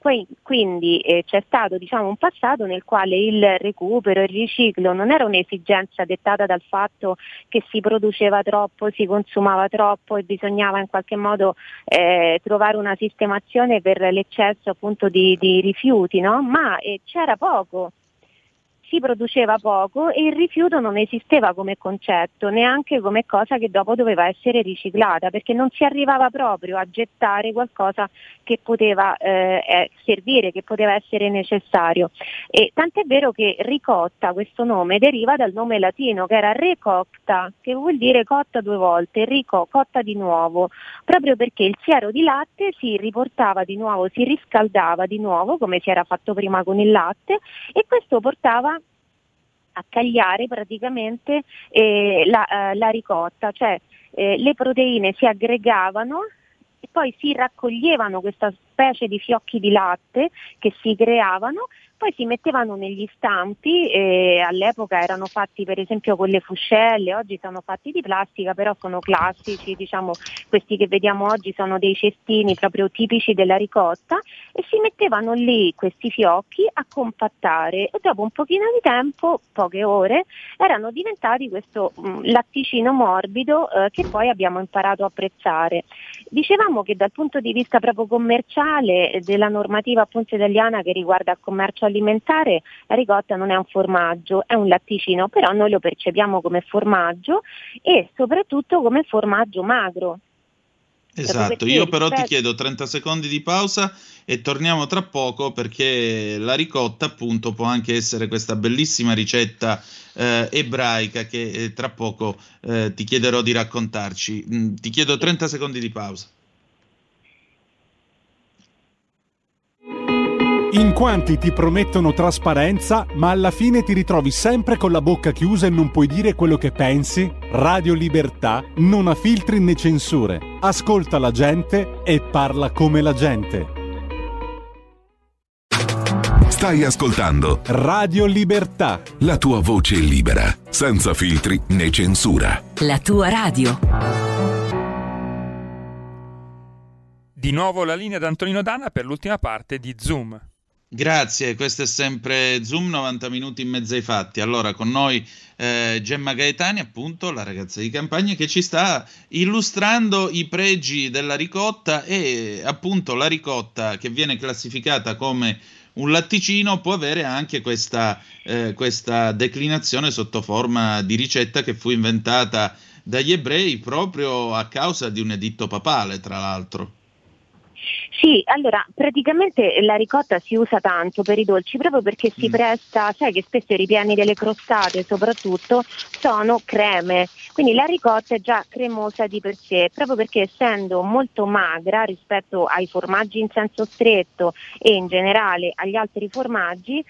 Quindi c'è stato, diciamo, un passato nel quale il recupero, il riciclo non era un'esigenza dettata dal fatto che si produceva troppo, si consumava troppo e bisognava in qualche modo trovare una sistemazione per l'eccesso appunto di rifiuti, no? Ma c'era poco. Si produceva poco e il rifiuto non esisteva come concetto, neanche come cosa che dopo doveva essere riciclata, perché non si arrivava proprio a gettare qualcosa che poteva servire, che poteva essere necessario. E tant'è vero che ricotta, questo nome, deriva dal nome latino che era recocta, che vuol dire cotta 2 volte, cotta di nuovo, proprio perché il siero di latte si riportava di nuovo, si riscaldava di nuovo come si era fatto prima con il latte, e questo portava a cagliare praticamente la ricotta, cioè le proteine si aggregavano e poi si raccoglievano questa specie di fiocchi di latte che si creavano, poi si mettevano negli stampi, all'epoca erano fatti per esempio con le fuscelle, oggi sono fatti di plastica, però sono classici, diciamo, questi che vediamo oggi sono dei cestini proprio tipici della ricotta, e si mettevano lì questi fiocchi a compattare, e dopo un pochino di tempo, poche ore, erano diventati questo latticino morbido che poi abbiamo imparato a apprezzare. Dicevamo che dal punto di vista proprio commerciale, della normativa appunto italiana che riguarda il commercio alimentare, la ricotta non è un formaggio, è un latticino, però noi lo percepiamo come formaggio e soprattutto come formaggio magro. Esatto, io però ti chiedo 30 secondi di pausa e torniamo tra poco, perché la ricotta appunto può anche essere questa bellissima ricetta ebraica che tra poco ti chiederò di raccontarci. Ti chiedo 30 secondi di pausa. In quanti ti promettono trasparenza, ma alla fine ti ritrovi sempre con la bocca chiusa e non puoi dire quello che pensi? Radio Libertà non ha filtri né censure. Ascolta la gente e parla come la gente. Stai ascoltando Radio Libertà. la tua voce libera, senza filtri né censura. La tua radio. Di nuovo la linea ad Antonino Danna per l'ultima parte di Zoom. Grazie, questo è sempre Zoom 90 minuti in mezzo ai fatti. Allora con noi Gemma Gaetani, appunto la ragazza di campagna, che ci sta illustrando i pregi della ricotta, e appunto la ricotta, che viene classificata come un latticino, può avere anche questa declinazione sotto forma di ricetta che fu inventata dagli ebrei proprio a causa di un editto papale, tra l'altro. Sì, allora praticamente la ricotta si usa tanto per i dolci proprio perché si presta, sai che spesso i ripieni delle crostate soprattutto sono creme, quindi la ricotta è già cremosa di per sé, proprio perché essendo molto magra rispetto ai formaggi in senso stretto e in generale agli altri formaggi,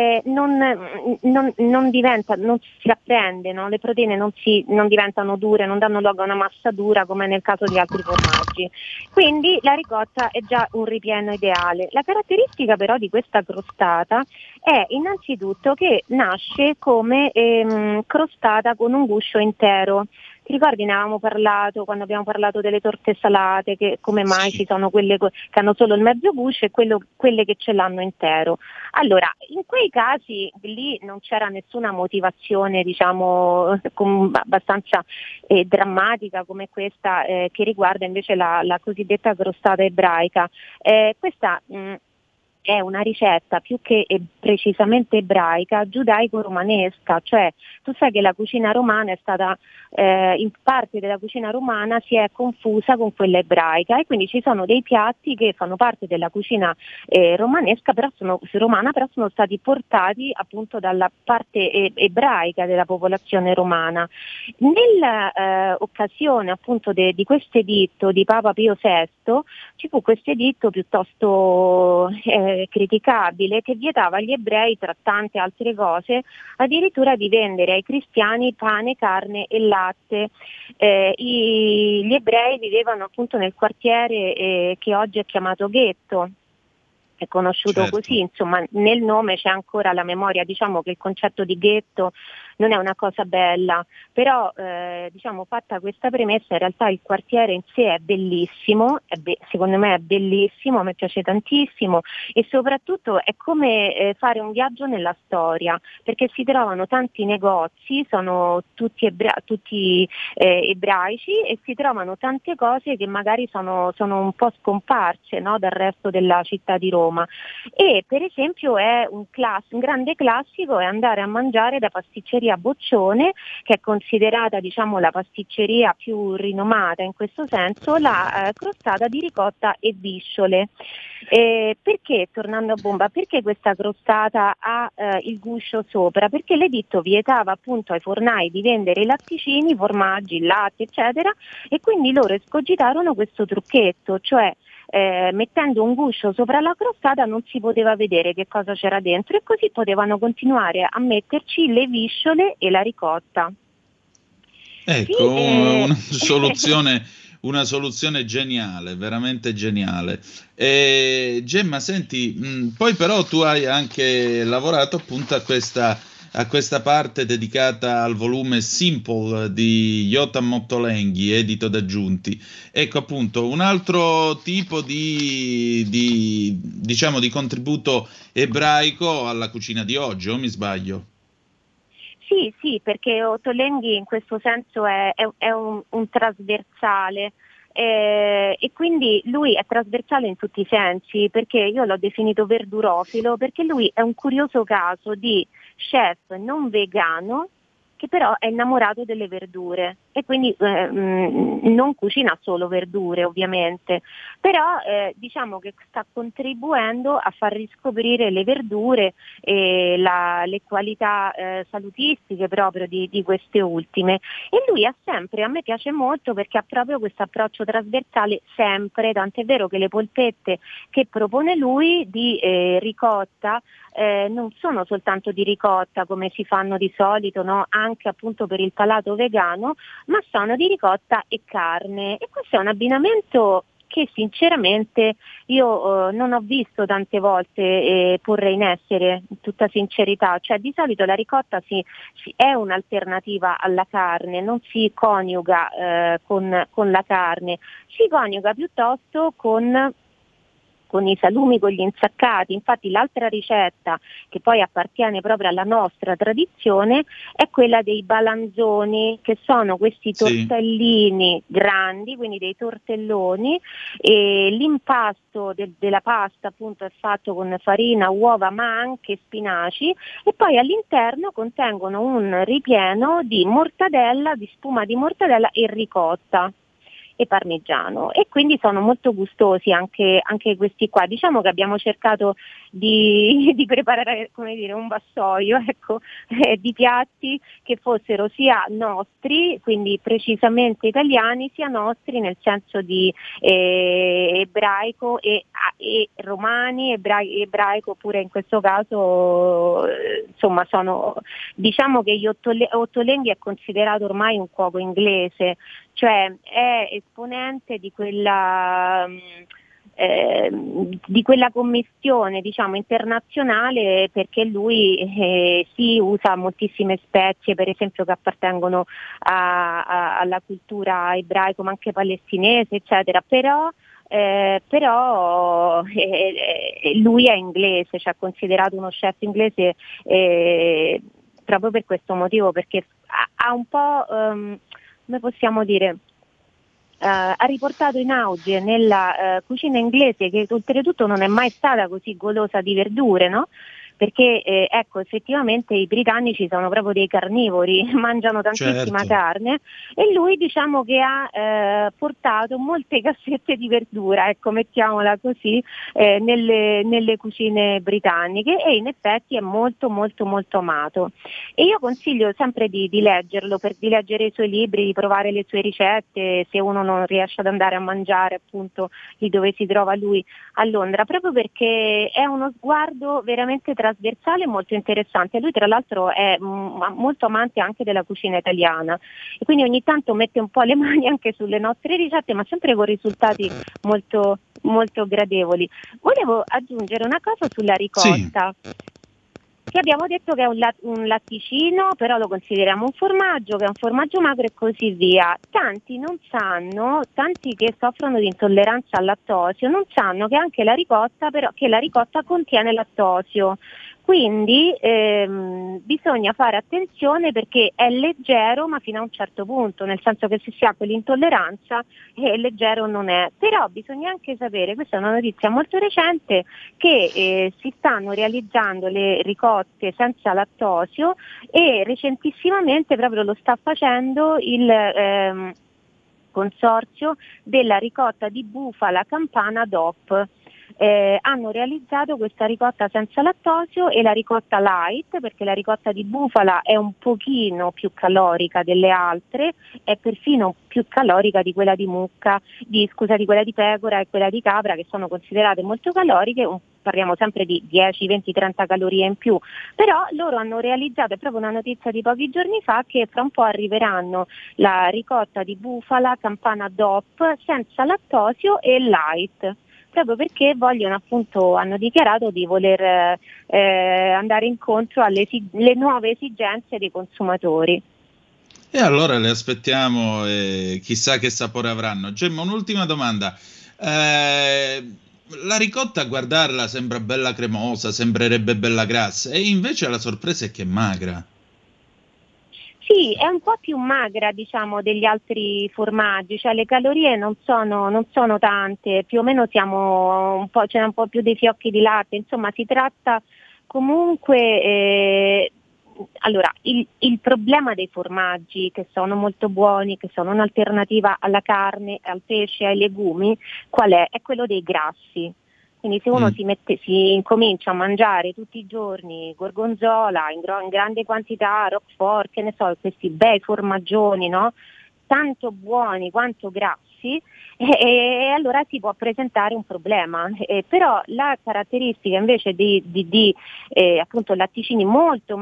non diventa, non si rapprende, no? Le proteine non diventano dure, non danno luogo a una massa dura come nel caso di altri formaggi, quindi la ricotta è già un ripieno ideale. La caratteristica però di questa crostata è innanzitutto che nasce come crostata con un guscio intero. Ti ricordi, ne avevamo parlato quando abbiamo parlato delle torte salate, che come mai ci sono quelle che hanno solo il mezzo guscio e quelle che ce l'hanno intero. Allora, in quei casi lì non c'era nessuna motivazione, diciamo, abbastanza drammatica come questa che riguarda invece la cosiddetta crostata ebraica. Questa è una ricetta più che precisamente ebraica, giudaico-romanesca, cioè tu sai che la cucina romana è stata, in parte della cucina romana si è confusa con quella ebraica, e quindi ci sono dei piatti che fanno parte della cucina romanesca, romana, però sono stati portati appunto dalla parte ebraica della popolazione romana. Nell'occasione appunto di questo editto di Papa Pio VI ci fu questo editto piuttosto criticabile, che vietava agli ebrei, tra tante altre cose, addirittura di vendere ai cristiani pane, carne e latte. Gli ebrei vivevano appunto nel quartiere che oggi è chiamato ghetto, è conosciuto così, insomma nel nome c'è ancora la memoria, diciamo che il concetto di ghetto non è una cosa bella, però diciamo fatta questa premessa, in realtà il quartiere in sé è bellissimo, secondo me è bellissimo, a me piace tantissimo, e soprattutto è come fare un viaggio nella storia, perché si trovano tanti negozi, sono tutti ebraici, e si trovano tante cose che magari sono un po' scomparse, no, dal resto della città di Roma. E per esempio è un grande classico è andare a mangiare da pasticceria Boccione, che è considerata, diciamo, la pasticceria più rinomata in questo senso, la crostata di ricotta e visciole. Perché, tornando a bomba, perché questa crostata ha il guscio sopra? Perché l'editto vietava appunto ai fornai di vendere i latticini, formaggi, il latte, eccetera, e quindi loro escogitarono questo trucchetto, cioè mettendo un guscio sopra la crostata non si poteva vedere che cosa c'era dentro, e così potevano continuare a metterci le visciole e la ricotta. Ecco, una soluzione geniale, veramente geniale. Gemma, senti, poi però tu hai anche lavorato appunto a questa parte dedicata al volume Simple di Yotam Mottolenghi, edito da Giunti. Ecco appunto un altro tipo diciamo di contributo ebraico alla cucina di oggi, o mi sbaglio? Sì, perché Ottolenghi in questo senso è un trasversale. E quindi lui è trasversale in tutti i sensi, perché io l'ho definito verdurofilo, perché lui è un curioso caso di chef non vegano che però è innamorato delle verdure e quindi non cucina solo verdure ovviamente, però diciamo che sta contribuendo a far riscoprire le verdure e le qualità salutistiche proprio di queste ultime. E lui ha sempre, a me piace molto perché ha proprio questo approccio trasversale sempre, tant'è vero che le polpette che propone lui di ricotta non sono soltanto di ricotta come si fanno di solito, no? Anche appunto per il palato vegano, ma sono di ricotta e carne, e questo è un abbinamento che sinceramente io non ho visto tante volte porre in essere, in tutta sincerità. Cioè di solito la ricotta è un'alternativa alla carne, non si coniuga con la carne, si coniuga piuttosto con i salumi, con gli insaccati. Infatti l'altra ricetta che poi appartiene proprio alla nostra tradizione è quella dei balanzoni, che sono questi tortellini grandi, quindi dei tortelloni, e l'impasto della pasta appunto è fatto con farina, uova ma anche spinaci, e poi all'interno contengono un ripieno di mortadella, di spuma di mortadella e ricotta e parmigiano, e quindi sono molto gustosi anche questi qua. Diciamo che abbiamo cercato di preparare, come dire, un vassoio, ecco, di piatti che fossero sia nostri, quindi precisamente italiani, sia nostri nel senso di ebraico e romani, ebraico pure in questo caso, insomma diciamo che Ottolenghi è considerato ormai un cuoco inglese, cioè è esponente di quella commistione, diciamo, internazionale, perché lui si usa moltissime spezie, per esempio, che appartengono alla cultura ebraico ma anche palestinese, eccetera, però lui è inglese, cioè considerato uno chef inglese proprio per questo motivo, perché ha un po', come possiamo dire, ha riportato in auge nella cucina inglese, che oltretutto non è mai stata così golosa di verdure, no? Perché ecco, effettivamente i britannici sono proprio dei carnivori, mangiano tantissima carne, e lui diciamo che ha portato molte cassette di verdura, ecco, mettiamola così, nelle cucine britanniche, e in effetti è molto molto molto amato. E io consiglio sempre di leggerlo, di leggere i suoi libri, di provare le sue ricette, se uno non riesce ad andare a mangiare appunto lì dove si trova lui a Londra, proprio perché è uno sguardo veramente trasversale e molto interessante. Lui tra l'altro è molto amante anche della cucina italiana, e quindi ogni tanto mette un po' le mani anche sulle nostre ricette, ma sempre con risultati molto, molto gradevoli. Volevo aggiungere una cosa sulla ricotta. Che abbiamo detto che è un latticino, però lo consideriamo un formaggio, che è un formaggio magro e così via. Tanti non sanno, tanti che soffrono di intolleranza al lattosio, non sanno che anche la ricotta contiene lattosio. Quindi bisogna fare attenzione, perché è leggero ma fino a un certo punto, nel senso che se si ha quell'intolleranza leggero non è. Però bisogna anche sapere, questa è una notizia molto recente, che si stanno realizzando le ricotte senza lattosio, e recentissimamente proprio lo sta facendo il consorzio della ricotta di bufala campana DOP. Hanno realizzato questa ricotta senza lattosio e la ricotta light, perché la ricotta di bufala è un pochino più calorica delle altre, è perfino più calorica di quella di mucca, di quella di pecora e quella di capra, che sono considerate molto caloriche. Parliamo sempre di 10, 20, 30 calorie in più, però loro hanno realizzato, è proprio una notizia di pochi giorni fa, che fra un po' arriveranno la ricotta di bufala campana DOP senza lattosio e light, proprio perché hanno dichiarato di voler andare incontro alle le nuove esigenze dei consumatori. E allora le aspettiamo, e chissà che sapore avranno. Gemma, un'ultima domanda. La ricotta, a guardarla, sembra bella cremosa, sembrerebbe bella grassa, e invece la sorpresa è che è magra. Sì, è un po' più magra, diciamo, degli altri formaggi, cioè le calorie non sono tante, più o meno c'è un po' più dei fiocchi di latte, insomma si tratta comunque allora, il problema dei formaggi, che sono molto buoni, che sono un'alternativa alla carne, al pesce, ai legumi, qual è? È quello dei grassi. Quindi se uno si incomincia a mangiare tutti i giorni gorgonzola in grande quantità, Roquefort, che ne so, questi bei formaggioni, no? Tanto buoni quanto grassi, e allora si può presentare un problema. Però la caratteristica invece di appunto latticini molto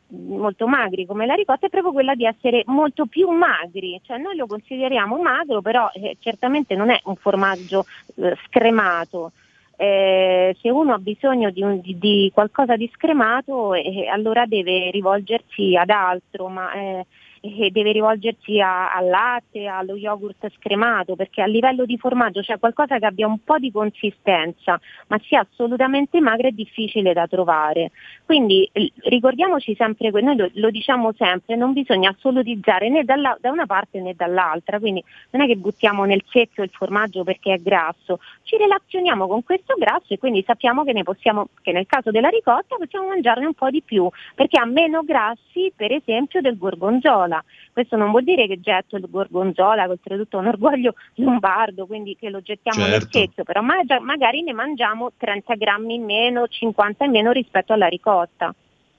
magri come la ricotta è proprio quella di essere molto più magri, cioè noi lo consideriamo magro, però certamente non è un formaggio scremato. Se uno ha bisogno di qualcosa di scremato, allora deve rivolgersi ad altro, deve rivolgersi al latte, allo yogurt scremato, perché a livello di formaggio c'è qualcosa che abbia un po' di consistenza, ma sia assolutamente magra è difficile da trovare. Quindi ricordiamoci sempre, noi lo diciamo sempre, non bisogna assolutizzare né da una parte né dall'altra, quindi non è che buttiamo nel secchio il formaggio perché è grasso, ci relazioniamo con questo grasso e quindi sappiamo che che nel caso della ricotta possiamo mangiarne un po' di più, perché ha meno grassi per esempio del gorgonzola. Questo non vuol dire che getto il gorgonzola, che oltretutto è un orgoglio lombardo, quindi che lo gettiamo nel secchio, però magari ne mangiamo 30 grammi in meno, 50 in meno rispetto alla ricotta.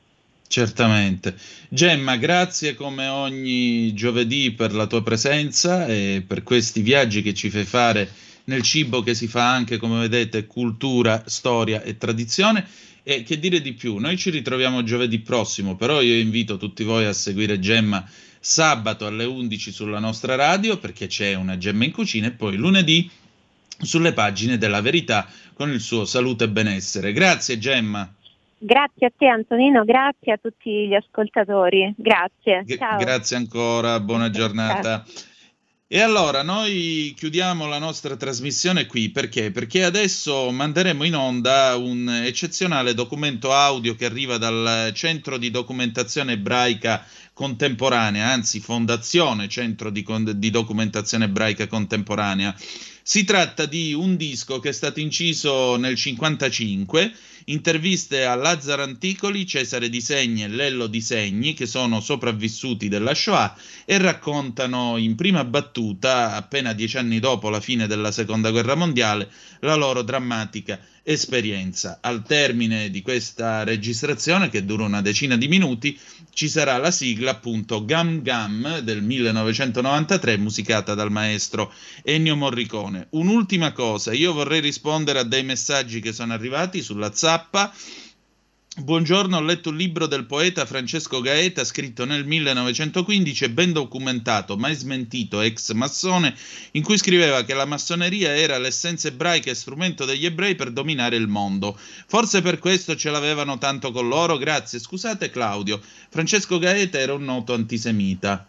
Certamente. Gemma, grazie come ogni giovedì per la tua presenza e per questi viaggi che ci fai fare nel cibo, che si fa anche, come vedete, cultura, storia e tradizione. E che dire di più, noi ci ritroviamo giovedì prossimo, però io invito tutti voi a seguire Gemma sabato alle 11 sulla nostra radio, perché c'è una Gemma in cucina, e poi lunedì sulle pagine della Verità con il suo Salute e Benessere. Grazie Gemma. Grazie a te Antonino, grazie a tutti gli ascoltatori, grazie. Ciao. Grazie ancora, buona giornata. Ciao. E allora noi chiudiamo la nostra trasmissione qui, perché? Perché adesso manderemo in onda un eccezionale documento audio che arriva dal Centro di Documentazione Ebraica Contemporanea, anzi Fondazione Centro di Documentazione Ebraica Contemporanea. Si tratta di un disco che è stato inciso nel 1955, interviste a Lazzaro Anticoli, Cesare Di Segni e Lello Di Segni, che sono sopravvissuti della Shoah e raccontano in prima battuta, appena 10 anni dopo la fine della Seconda Guerra Mondiale, la loro drammatica esperienza. Al termine di questa registrazione, che dura una decina di minuti, ci sarà la sigla, appunto, Gam Gam del 1993, musicata dal maestro Ennio Morricone. Un'ultima cosa, io vorrei rispondere a dei messaggi che sono arrivati sulla Zappa. Buongiorno, ho letto un libro del poeta Francesco Gaeta scritto nel 1915 e ben documentato, mai smentito, ex massone, in cui scriveva che la massoneria era l'essenza ebraica e strumento degli ebrei per dominare il mondo. Forse per questo ce l'avevano tanto con loro? Grazie. Scusate Claudio, Francesco Gaeta era un noto antisemita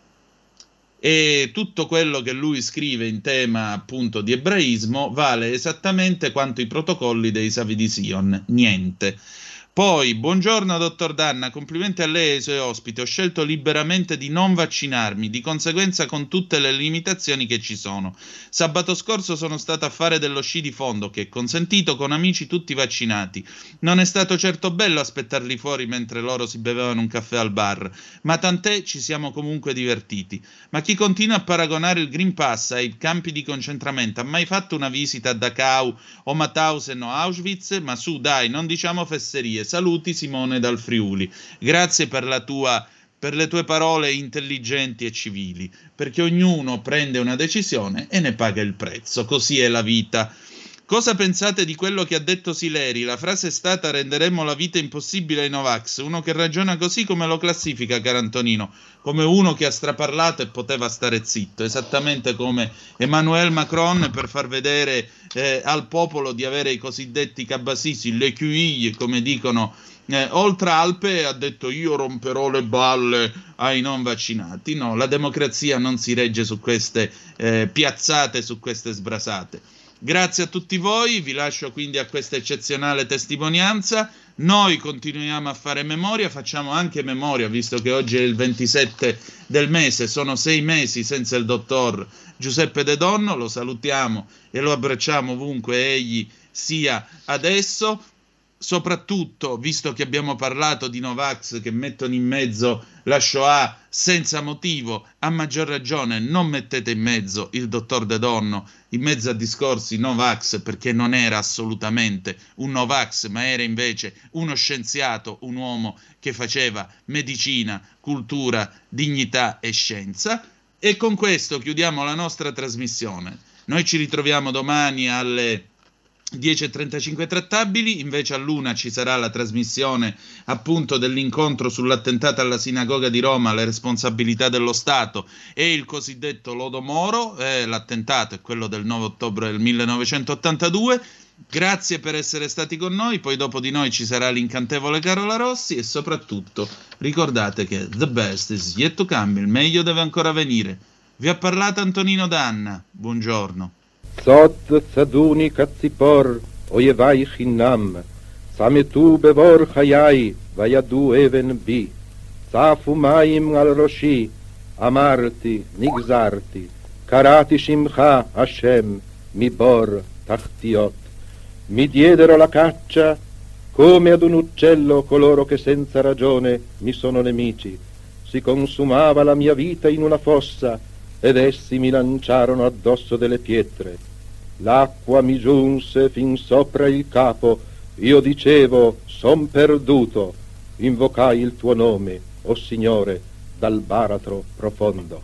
e tutto quello che lui scrive in tema appunto di ebraismo vale esattamente quanto i protocolli dei Savi di Sion, niente. Poi, buongiorno dottor Danna, complimenti a lei e ai suoi ospiti, ho scelto liberamente di non vaccinarmi, di conseguenza con tutte le limitazioni che ci sono. Sabato scorso sono stato a fare dello sci di fondo, che è consentito, con amici tutti vaccinati. Non è stato certo bello aspettarli fuori mentre loro si bevevano un caffè al bar, ma tant'è, ci siamo comunque divertiti. Ma chi continua a paragonare il Green Pass ai campi di concentramento ha mai fatto una visita a Dachau o Mauthausen o Auschwitz? Ma su dai, non diciamo fesserie. Saluti Simone dal Friuli. Grazie per le tue parole intelligenti e civili, perché ognuno prende una decisione e ne paga il prezzo, così è la vita. Cosa pensate di quello che ha detto Sileri? La frase è stata: renderemo la vita impossibile ai Novax. Uno che ragiona così come lo classifica, caro Antonino? Come uno che ha straparlato e poteva stare zitto, esattamente come Emmanuel Macron per far vedere al popolo di avere i cosiddetti cabasisi, le QI, come dicono oltre Alpe, ha detto io romperò le balle ai non vaccinati. No, la democrazia non si regge su queste piazzate, su queste sbrasate. Grazie a tutti voi, vi lascio quindi a questa eccezionale testimonianza. Noi continuiamo a fare memoria, facciamo anche memoria, visto che oggi è il 27 del mese, sono 6 mesi senza il dottor Giuseppe De Donno, lo salutiamo e lo abbracciamo ovunque egli sia adesso. soprattutto, visto che abbiamo parlato di Novax che mettono in mezzo la Shoah senza motivo, a maggior ragione non mettete in mezzo il dottor De Donno, in mezzo a discorsi Novax, perché non era assolutamente un Novax, ma era invece uno scienziato, un uomo che faceva medicina, cultura, dignità e scienza. E con questo chiudiamo la nostra trasmissione. Noi ci ritroviamo domani alle 10.35 trattabili, invece all'1 ci sarà la trasmissione appunto dell'incontro sull'attentato alla sinagoga di Roma, le responsabilità dello Stato e il cosiddetto Lodo Moro. L'attentato è quello del 9 ottobre del 1982. Grazie per essere stati con noi, poi dopo di noi ci sarà l'incantevole Carola Rossi e soprattutto ricordate che the best is yet to come, il meglio deve ancora venire. Vi ha parlato Antonino Danna, buongiorno. Zod tzaduni katzipor, oyevai chinam, sametu bevor chayai, vayadu even bi, tzafu mayim al roshi, amarti, nigzarti, karati shimcha Hashem, mibor tachtiot. Mi diedero la caccia come ad un uccello coloro che senza ragione mi sono nemici. Si consumava la mia vita in una fossa ed essi mi lanciarono addosso delle pietre. L'acqua mi giunse fin sopra il capo, io dicevo, son perduto, invocai il tuo nome, o Signore, dal baratro profondo.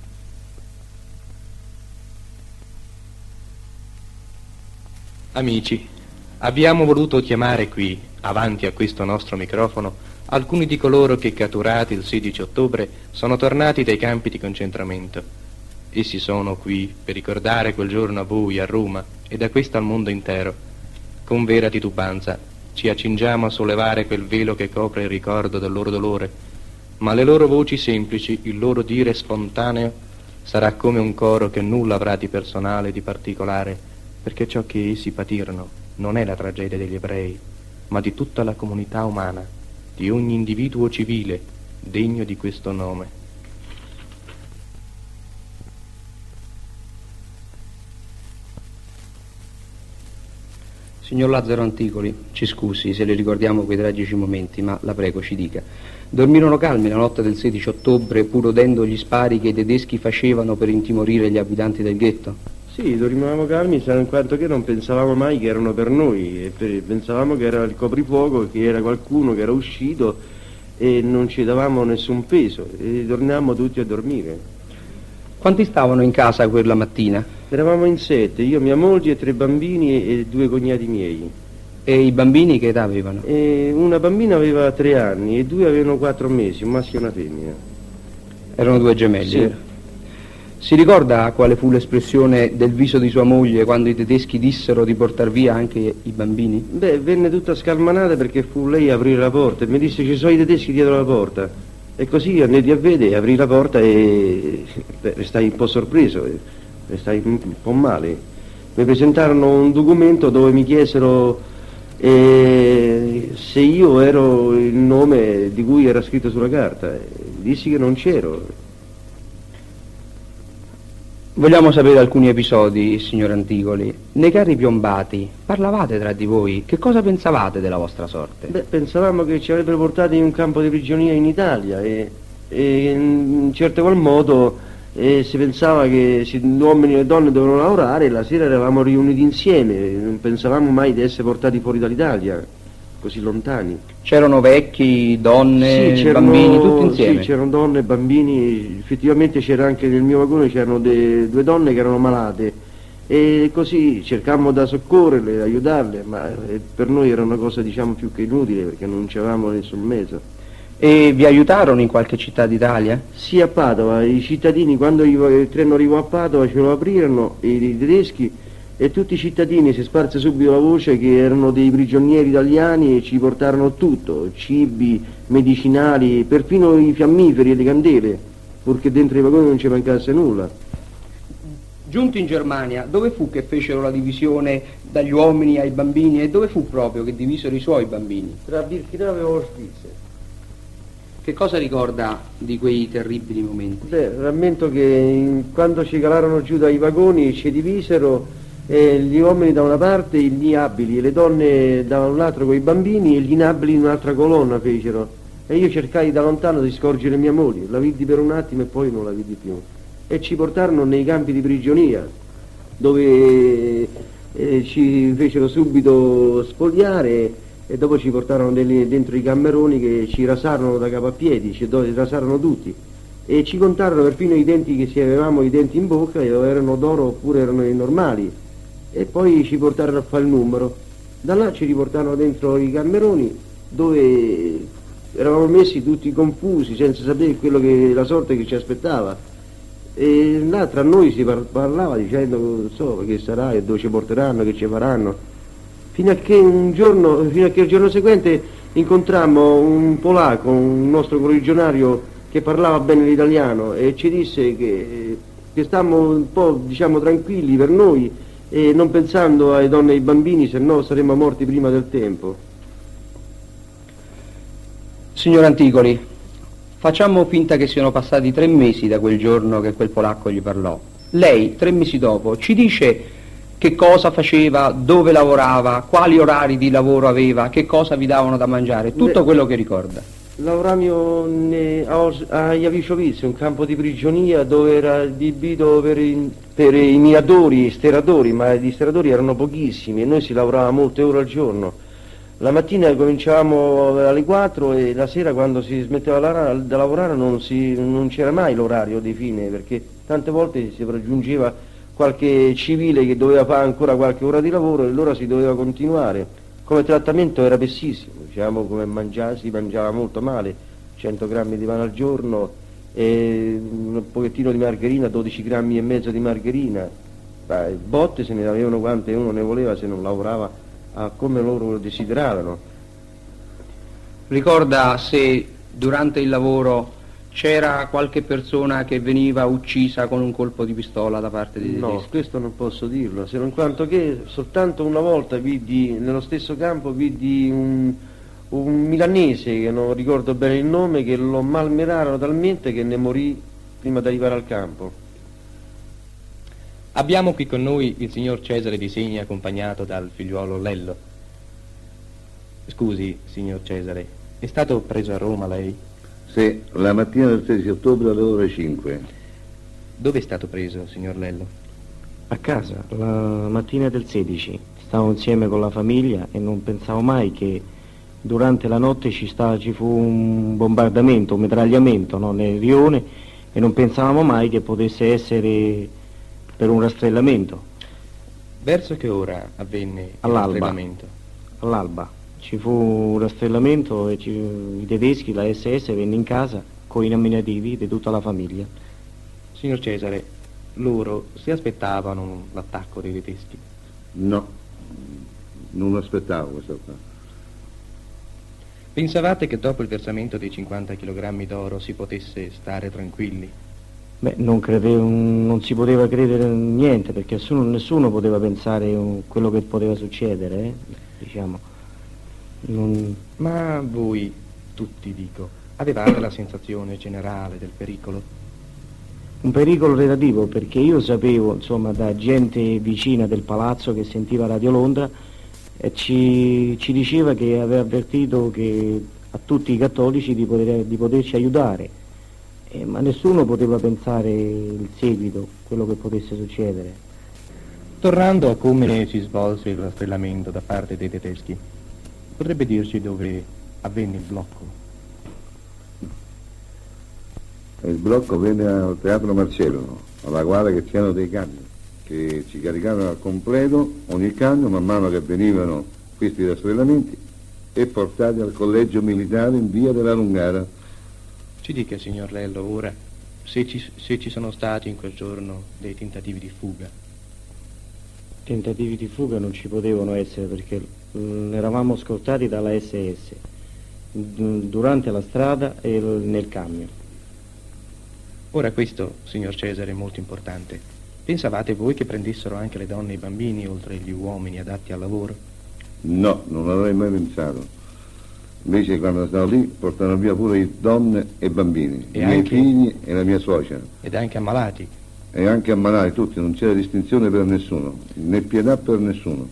Amici, abbiamo voluto chiamare qui, avanti a questo nostro microfono, alcuni di coloro che, catturati il 16 ottobre, sono tornati dai campi di concentramento. Essi sono qui per ricordare quel giorno a voi, a Roma, e da questo al mondo intero. Con vera titubanza ci accingiamo a sollevare quel velo che copre il ricordo del loro dolore, ma le loro voci semplici, il loro dire spontaneo, sarà come un coro che nulla avrà di personale e di particolare, perché ciò che essi patirono non è la tragedia degli ebrei, ma di tutta la comunità umana, di ogni individuo civile degno di questo nome. Signor Lazzaro Anticoli, ci scusi se le ricordiamo quei tragici momenti, ma la prego ci dica. Dormirono calmi la notte del 16 ottobre, pur udendo gli spari che i tedeschi facevano per intimorire gli abitanti del ghetto? Sì, dormivamo calmi, in quanto che non pensavamo mai che erano per noi, pensavamo che era il coprifuoco, che era qualcuno che era uscito e non ci davamo nessun peso e tornavamo tutti a dormire. Quanti stavano in casa quella mattina? Eravamo in 7, io, mia moglie, e 3 bambini e 2 cognati miei. E i bambini che età avevano? Una bambina aveva 3 anni e 2 avevano 4 mesi, un maschio e una femmina. Erano 2 gemelli? Sì. Si ricorda quale fu l'espressione del viso di sua moglie quando i tedeschi dissero di portar via anche i bambini? Beh, venne tutta scalmanata perché fu lei a aprire la porta e mi disse ci sono i tedeschi dietro la porta. E così andai a vedere, aprì la porta e restai un po' sorpreso, restai un po' male. Mi presentarono un documento dove mi chiesero se io ero il nome di cui era scritto sulla carta. Dissi che non c'ero. Vogliamo sapere alcuni episodi, signor Anticoli. Nei carri piombati, parlavate tra di voi? Che cosa pensavate della vostra sorte? Beh, pensavamo che ci avrebbero portati in un campo di prigionia in Italia e in certo qual modo si pensava che gli uomini e le donne dovevano lavorare e la sera eravamo riuniti insieme, non pensavamo mai di essere portati fuori dall'Italia, così lontani. C'erano vecchi, donne, sì, bambini, tutti insieme? Sì, c'erano donne, bambini, effettivamente c'era anche nel mio vagone, c'erano 2 donne che erano malate e così cercammo da soccorrerle, aiutarle, ma per noi era una cosa diciamo più che inutile perché non c'avevamo nessun mezzo. E vi aiutarono in qualche città d'Italia? Sì, a Padova, i cittadini quando il treno arrivò a Padova ce lo aprirono i tedeschi e tutti i cittadini si sparse subito la voce che erano dei prigionieri italiani e ci portarono tutto, cibi, medicinali, perfino i fiammiferi e le candele, purché dentro i vagoni non ci mancasse nulla. Giunti in Germania, dove fu che fecero la divisione dagli uomini ai bambini e dove fu proprio che divisero i suoi bambini? Tra Birkenau e Auschwitz. Che cosa ricorda di quei terribili momenti? Beh, rammento che quando ci calarono giù dai vagoni ci divisero gli uomini da una parte, gli abili, e le donne da un lato con i bambini e gli inabili in un'altra colonna fecero. E io cercai da lontano di scorgere mia moglie, la vidi per un attimo e poi non la vidi più. E ci portarono nei campi di prigionia, dove ci fecero subito spogliare e dopo ci portarono dentro i cammeroni che ci rasarono da capo a piedi, ci rasarono tutti. E ci contarono perfino i denti, che se avevamo i denti in bocca erano d'oro oppure erano i normali, e poi ci portarono a fare il numero. Da là ci riportarono dentro i cammeroni dove eravamo messi tutti confusi senza sapere la sorte che ci aspettava, e là tra noi si parlava dicendo non so che sarà e dove ci porteranno, che ci faranno, fino a che il giorno seguente incontrammo un polacco, un nostro correligionario che parlava bene l'italiano, e ci disse che stavamo un po' tranquilli per noi e non pensando alle donne e ai bambini, se no saremmo morti prima del tempo. Signor Anticoli, facciamo finta che siano passati 3 mesi da quel giorno che quel polacco gli parlò. Lei, 3 mesi dopo, ci dice che cosa faceva, dove lavorava, quali orari di lavoro aveva, che cosa vi davano da mangiare, tutto quello che ricorda. Lavoravamo a Jawiszowice, un campo di prigionia dove era adibito per i minatori, steratori, ma gli steratori erano pochissimi e noi si lavorava molte ore al giorno. La mattina cominciavamo alle 4 e la sera, quando si smetteva da lavorare, non c'era mai l'orario di fine, perché tante volte si raggiungeva qualche civile che doveva fare ancora qualche ora di lavoro e allora si doveva continuare. Come trattamento era pessissimo, si mangiava molto male, 100 grammi di pane al giorno e un pochettino di margherina, 12 grammi e mezzo di margherina. Botte se ne avevano quante uno ne voleva se non lavorava come loro desideravano. Ricorda se durante il lavoro c'era qualche persona che veniva uccisa con un colpo di pistola da parte dei tedeschi? No, questo non posso dirlo, se non quanto che soltanto una volta nello stesso campo vidi un milanese, che non ricordo bene il nome, che lo malmirarono talmente che ne morì prima di arrivare al campo. Abbiamo qui con noi il signor Cesare Di Segni, accompagnato dal figliuolo Lello. Scusi, signor Cesare, è stato preso a Roma lei? Sì, la mattina del 16 ottobre alle ore 5. Dove è stato preso, signor Lello? A casa, la mattina del 16. Stavo insieme con la famiglia e non pensavo mai che durante la notte ci fu un bombardamento, un mitragliamento, no, nel rione, e non pensavamo mai che potesse essere per un rastrellamento. Verso che ora avvenne il rastrellamento? All'alba. Ci fu un rastrellamento e i tedeschi, la SS, venne in casa con i nominativi di tutta la famiglia. Signor Cesare, loro si aspettavano l'attacco dei tedeschi? No, non aspettavo questo qua. Pensavate che dopo il versamento dei 50 kg d'oro si potesse stare tranquilli? Beh, non si poteva credere niente, perché nessuno poteva pensare quello che poteva succedere, diciamo. Ma voi tutti, dico, avevate la sensazione generale del pericolo? Un pericolo relativo, perché io sapevo, insomma, da gente vicina del palazzo che sentiva Radio Londra, e ci diceva che aveva avvertito a tutti i cattolici di poterci aiutare, ma nessuno poteva pensare il seguito, quello che potesse succedere. Tornando a come si svolse il rastrellamento da parte dei tedeschi, potrebbe dirci dove avvenne il blocco? Il blocco venne al Teatro Marcello, alla quale che c'erano dei camion che ci caricavano al completo ogni camion man mano che venivano questi rastrellamenti e portati al collegio militare in via della Lungara. Ci dica, signor Lello, ora se ci sono stati in quel giorno dei tentativi di fuga. Tentativi di fuga non ci potevano essere, perché eravamo scortati dalla SS durante la strada e nel camion. Ora questo, signor Cesare, è molto importante. Pensavate voi che prendessero anche le donne e i bambini oltre gli uomini adatti al lavoro? No, non l'avrei mai pensato. Invece quando stavo lì portano via pure donne e bambini, i miei figli e la mia suocera. Ed anche ammalati? e anche ammalare tutti, non c'era distinzione per nessuno, né pietà per nessuno.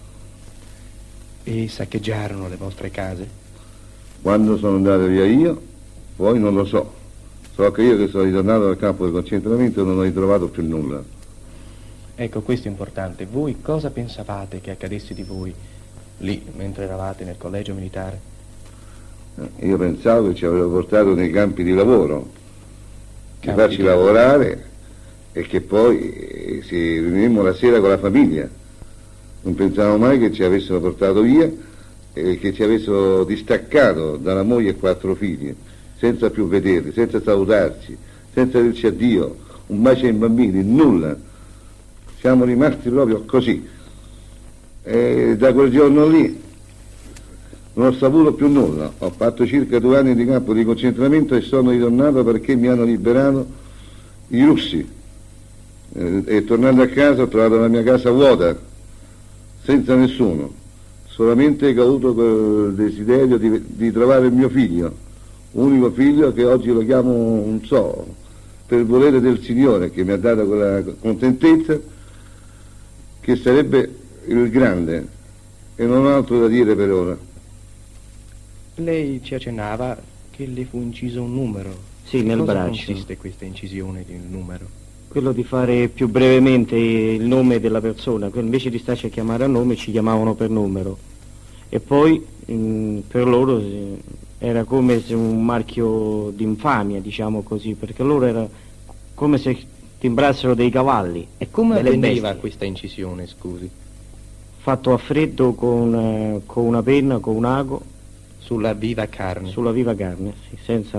E saccheggiarono le vostre case? Quando sono andato via io, poi non lo so. So che io che sono ritornato dal campo di concentramento non ho ritrovato più nulla. Ecco, questo è importante. Voi cosa pensavate che accadesse di voi lì, mentre eravate nel collegio militare? Io pensavo che ci avrebbero portato nei campi di lavoro, di farci lavorare e che poi si riunimmo la sera con la famiglia. Non pensavo mai che ci avessero portato via e che ci avessero distaccato dalla moglie e 4 figli, senza più vederli, senza salutarci, senza dirci addio, un bacio ai bambini, nulla. Siamo rimasti proprio così. E da quel giorno lì non ho saputo più nulla. Ho fatto circa 2 anni di campo di concentramento e sono ritornato perché mi hanno liberato i russi. E tornando a casa ho trovato la mia casa vuota, senza nessuno, solamente che ho avuto quel desiderio di trovare il mio figlio, unico figlio che oggi lo chiamo, non so, per il volere del Signore che mi ha dato quella contentezza, che sarebbe il grande, e non ho altro da dire per ora. Lei ci accennava che le fu inciso un numero. Sì, nel cosa braccio. Consiste questa incisione di un numero? Quello di fare più brevemente il nome della persona, invece di starci a chiamare a nome ci chiamavano per numero. E poi per loro era come se un marchio d'infamia, diciamo così, perché loro era come se timbrassero dei cavalli. E come delle avveniva bestie. questa incisione, scusi? Fatto a freddo con una penna, con un ago. Sulla viva carne? Sulla viva carne, sì, senza...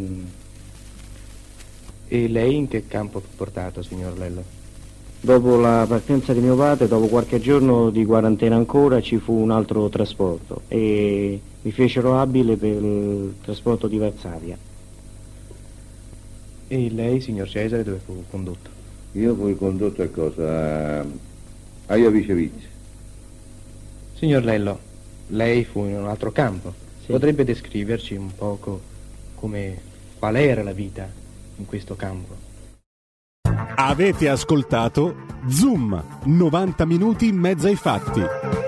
E lei in che campo fu portato, signor Lello? Dopo la partenza di mio padre, dopo qualche giorno di quarantena ancora, ci fu un altro trasporto e mi fecero abile per il trasporto di Varsavia. E lei, signor Cesare, dove fu condotto? Io fui condotto a cosa? A Javicevic. Signor Lello, lei fu in un altro campo. Sì. Potrebbe descriverci un poco qual era la vita in questo campo? Avete ascoltato Zoom, 90 minuti in mezzo ai fatti.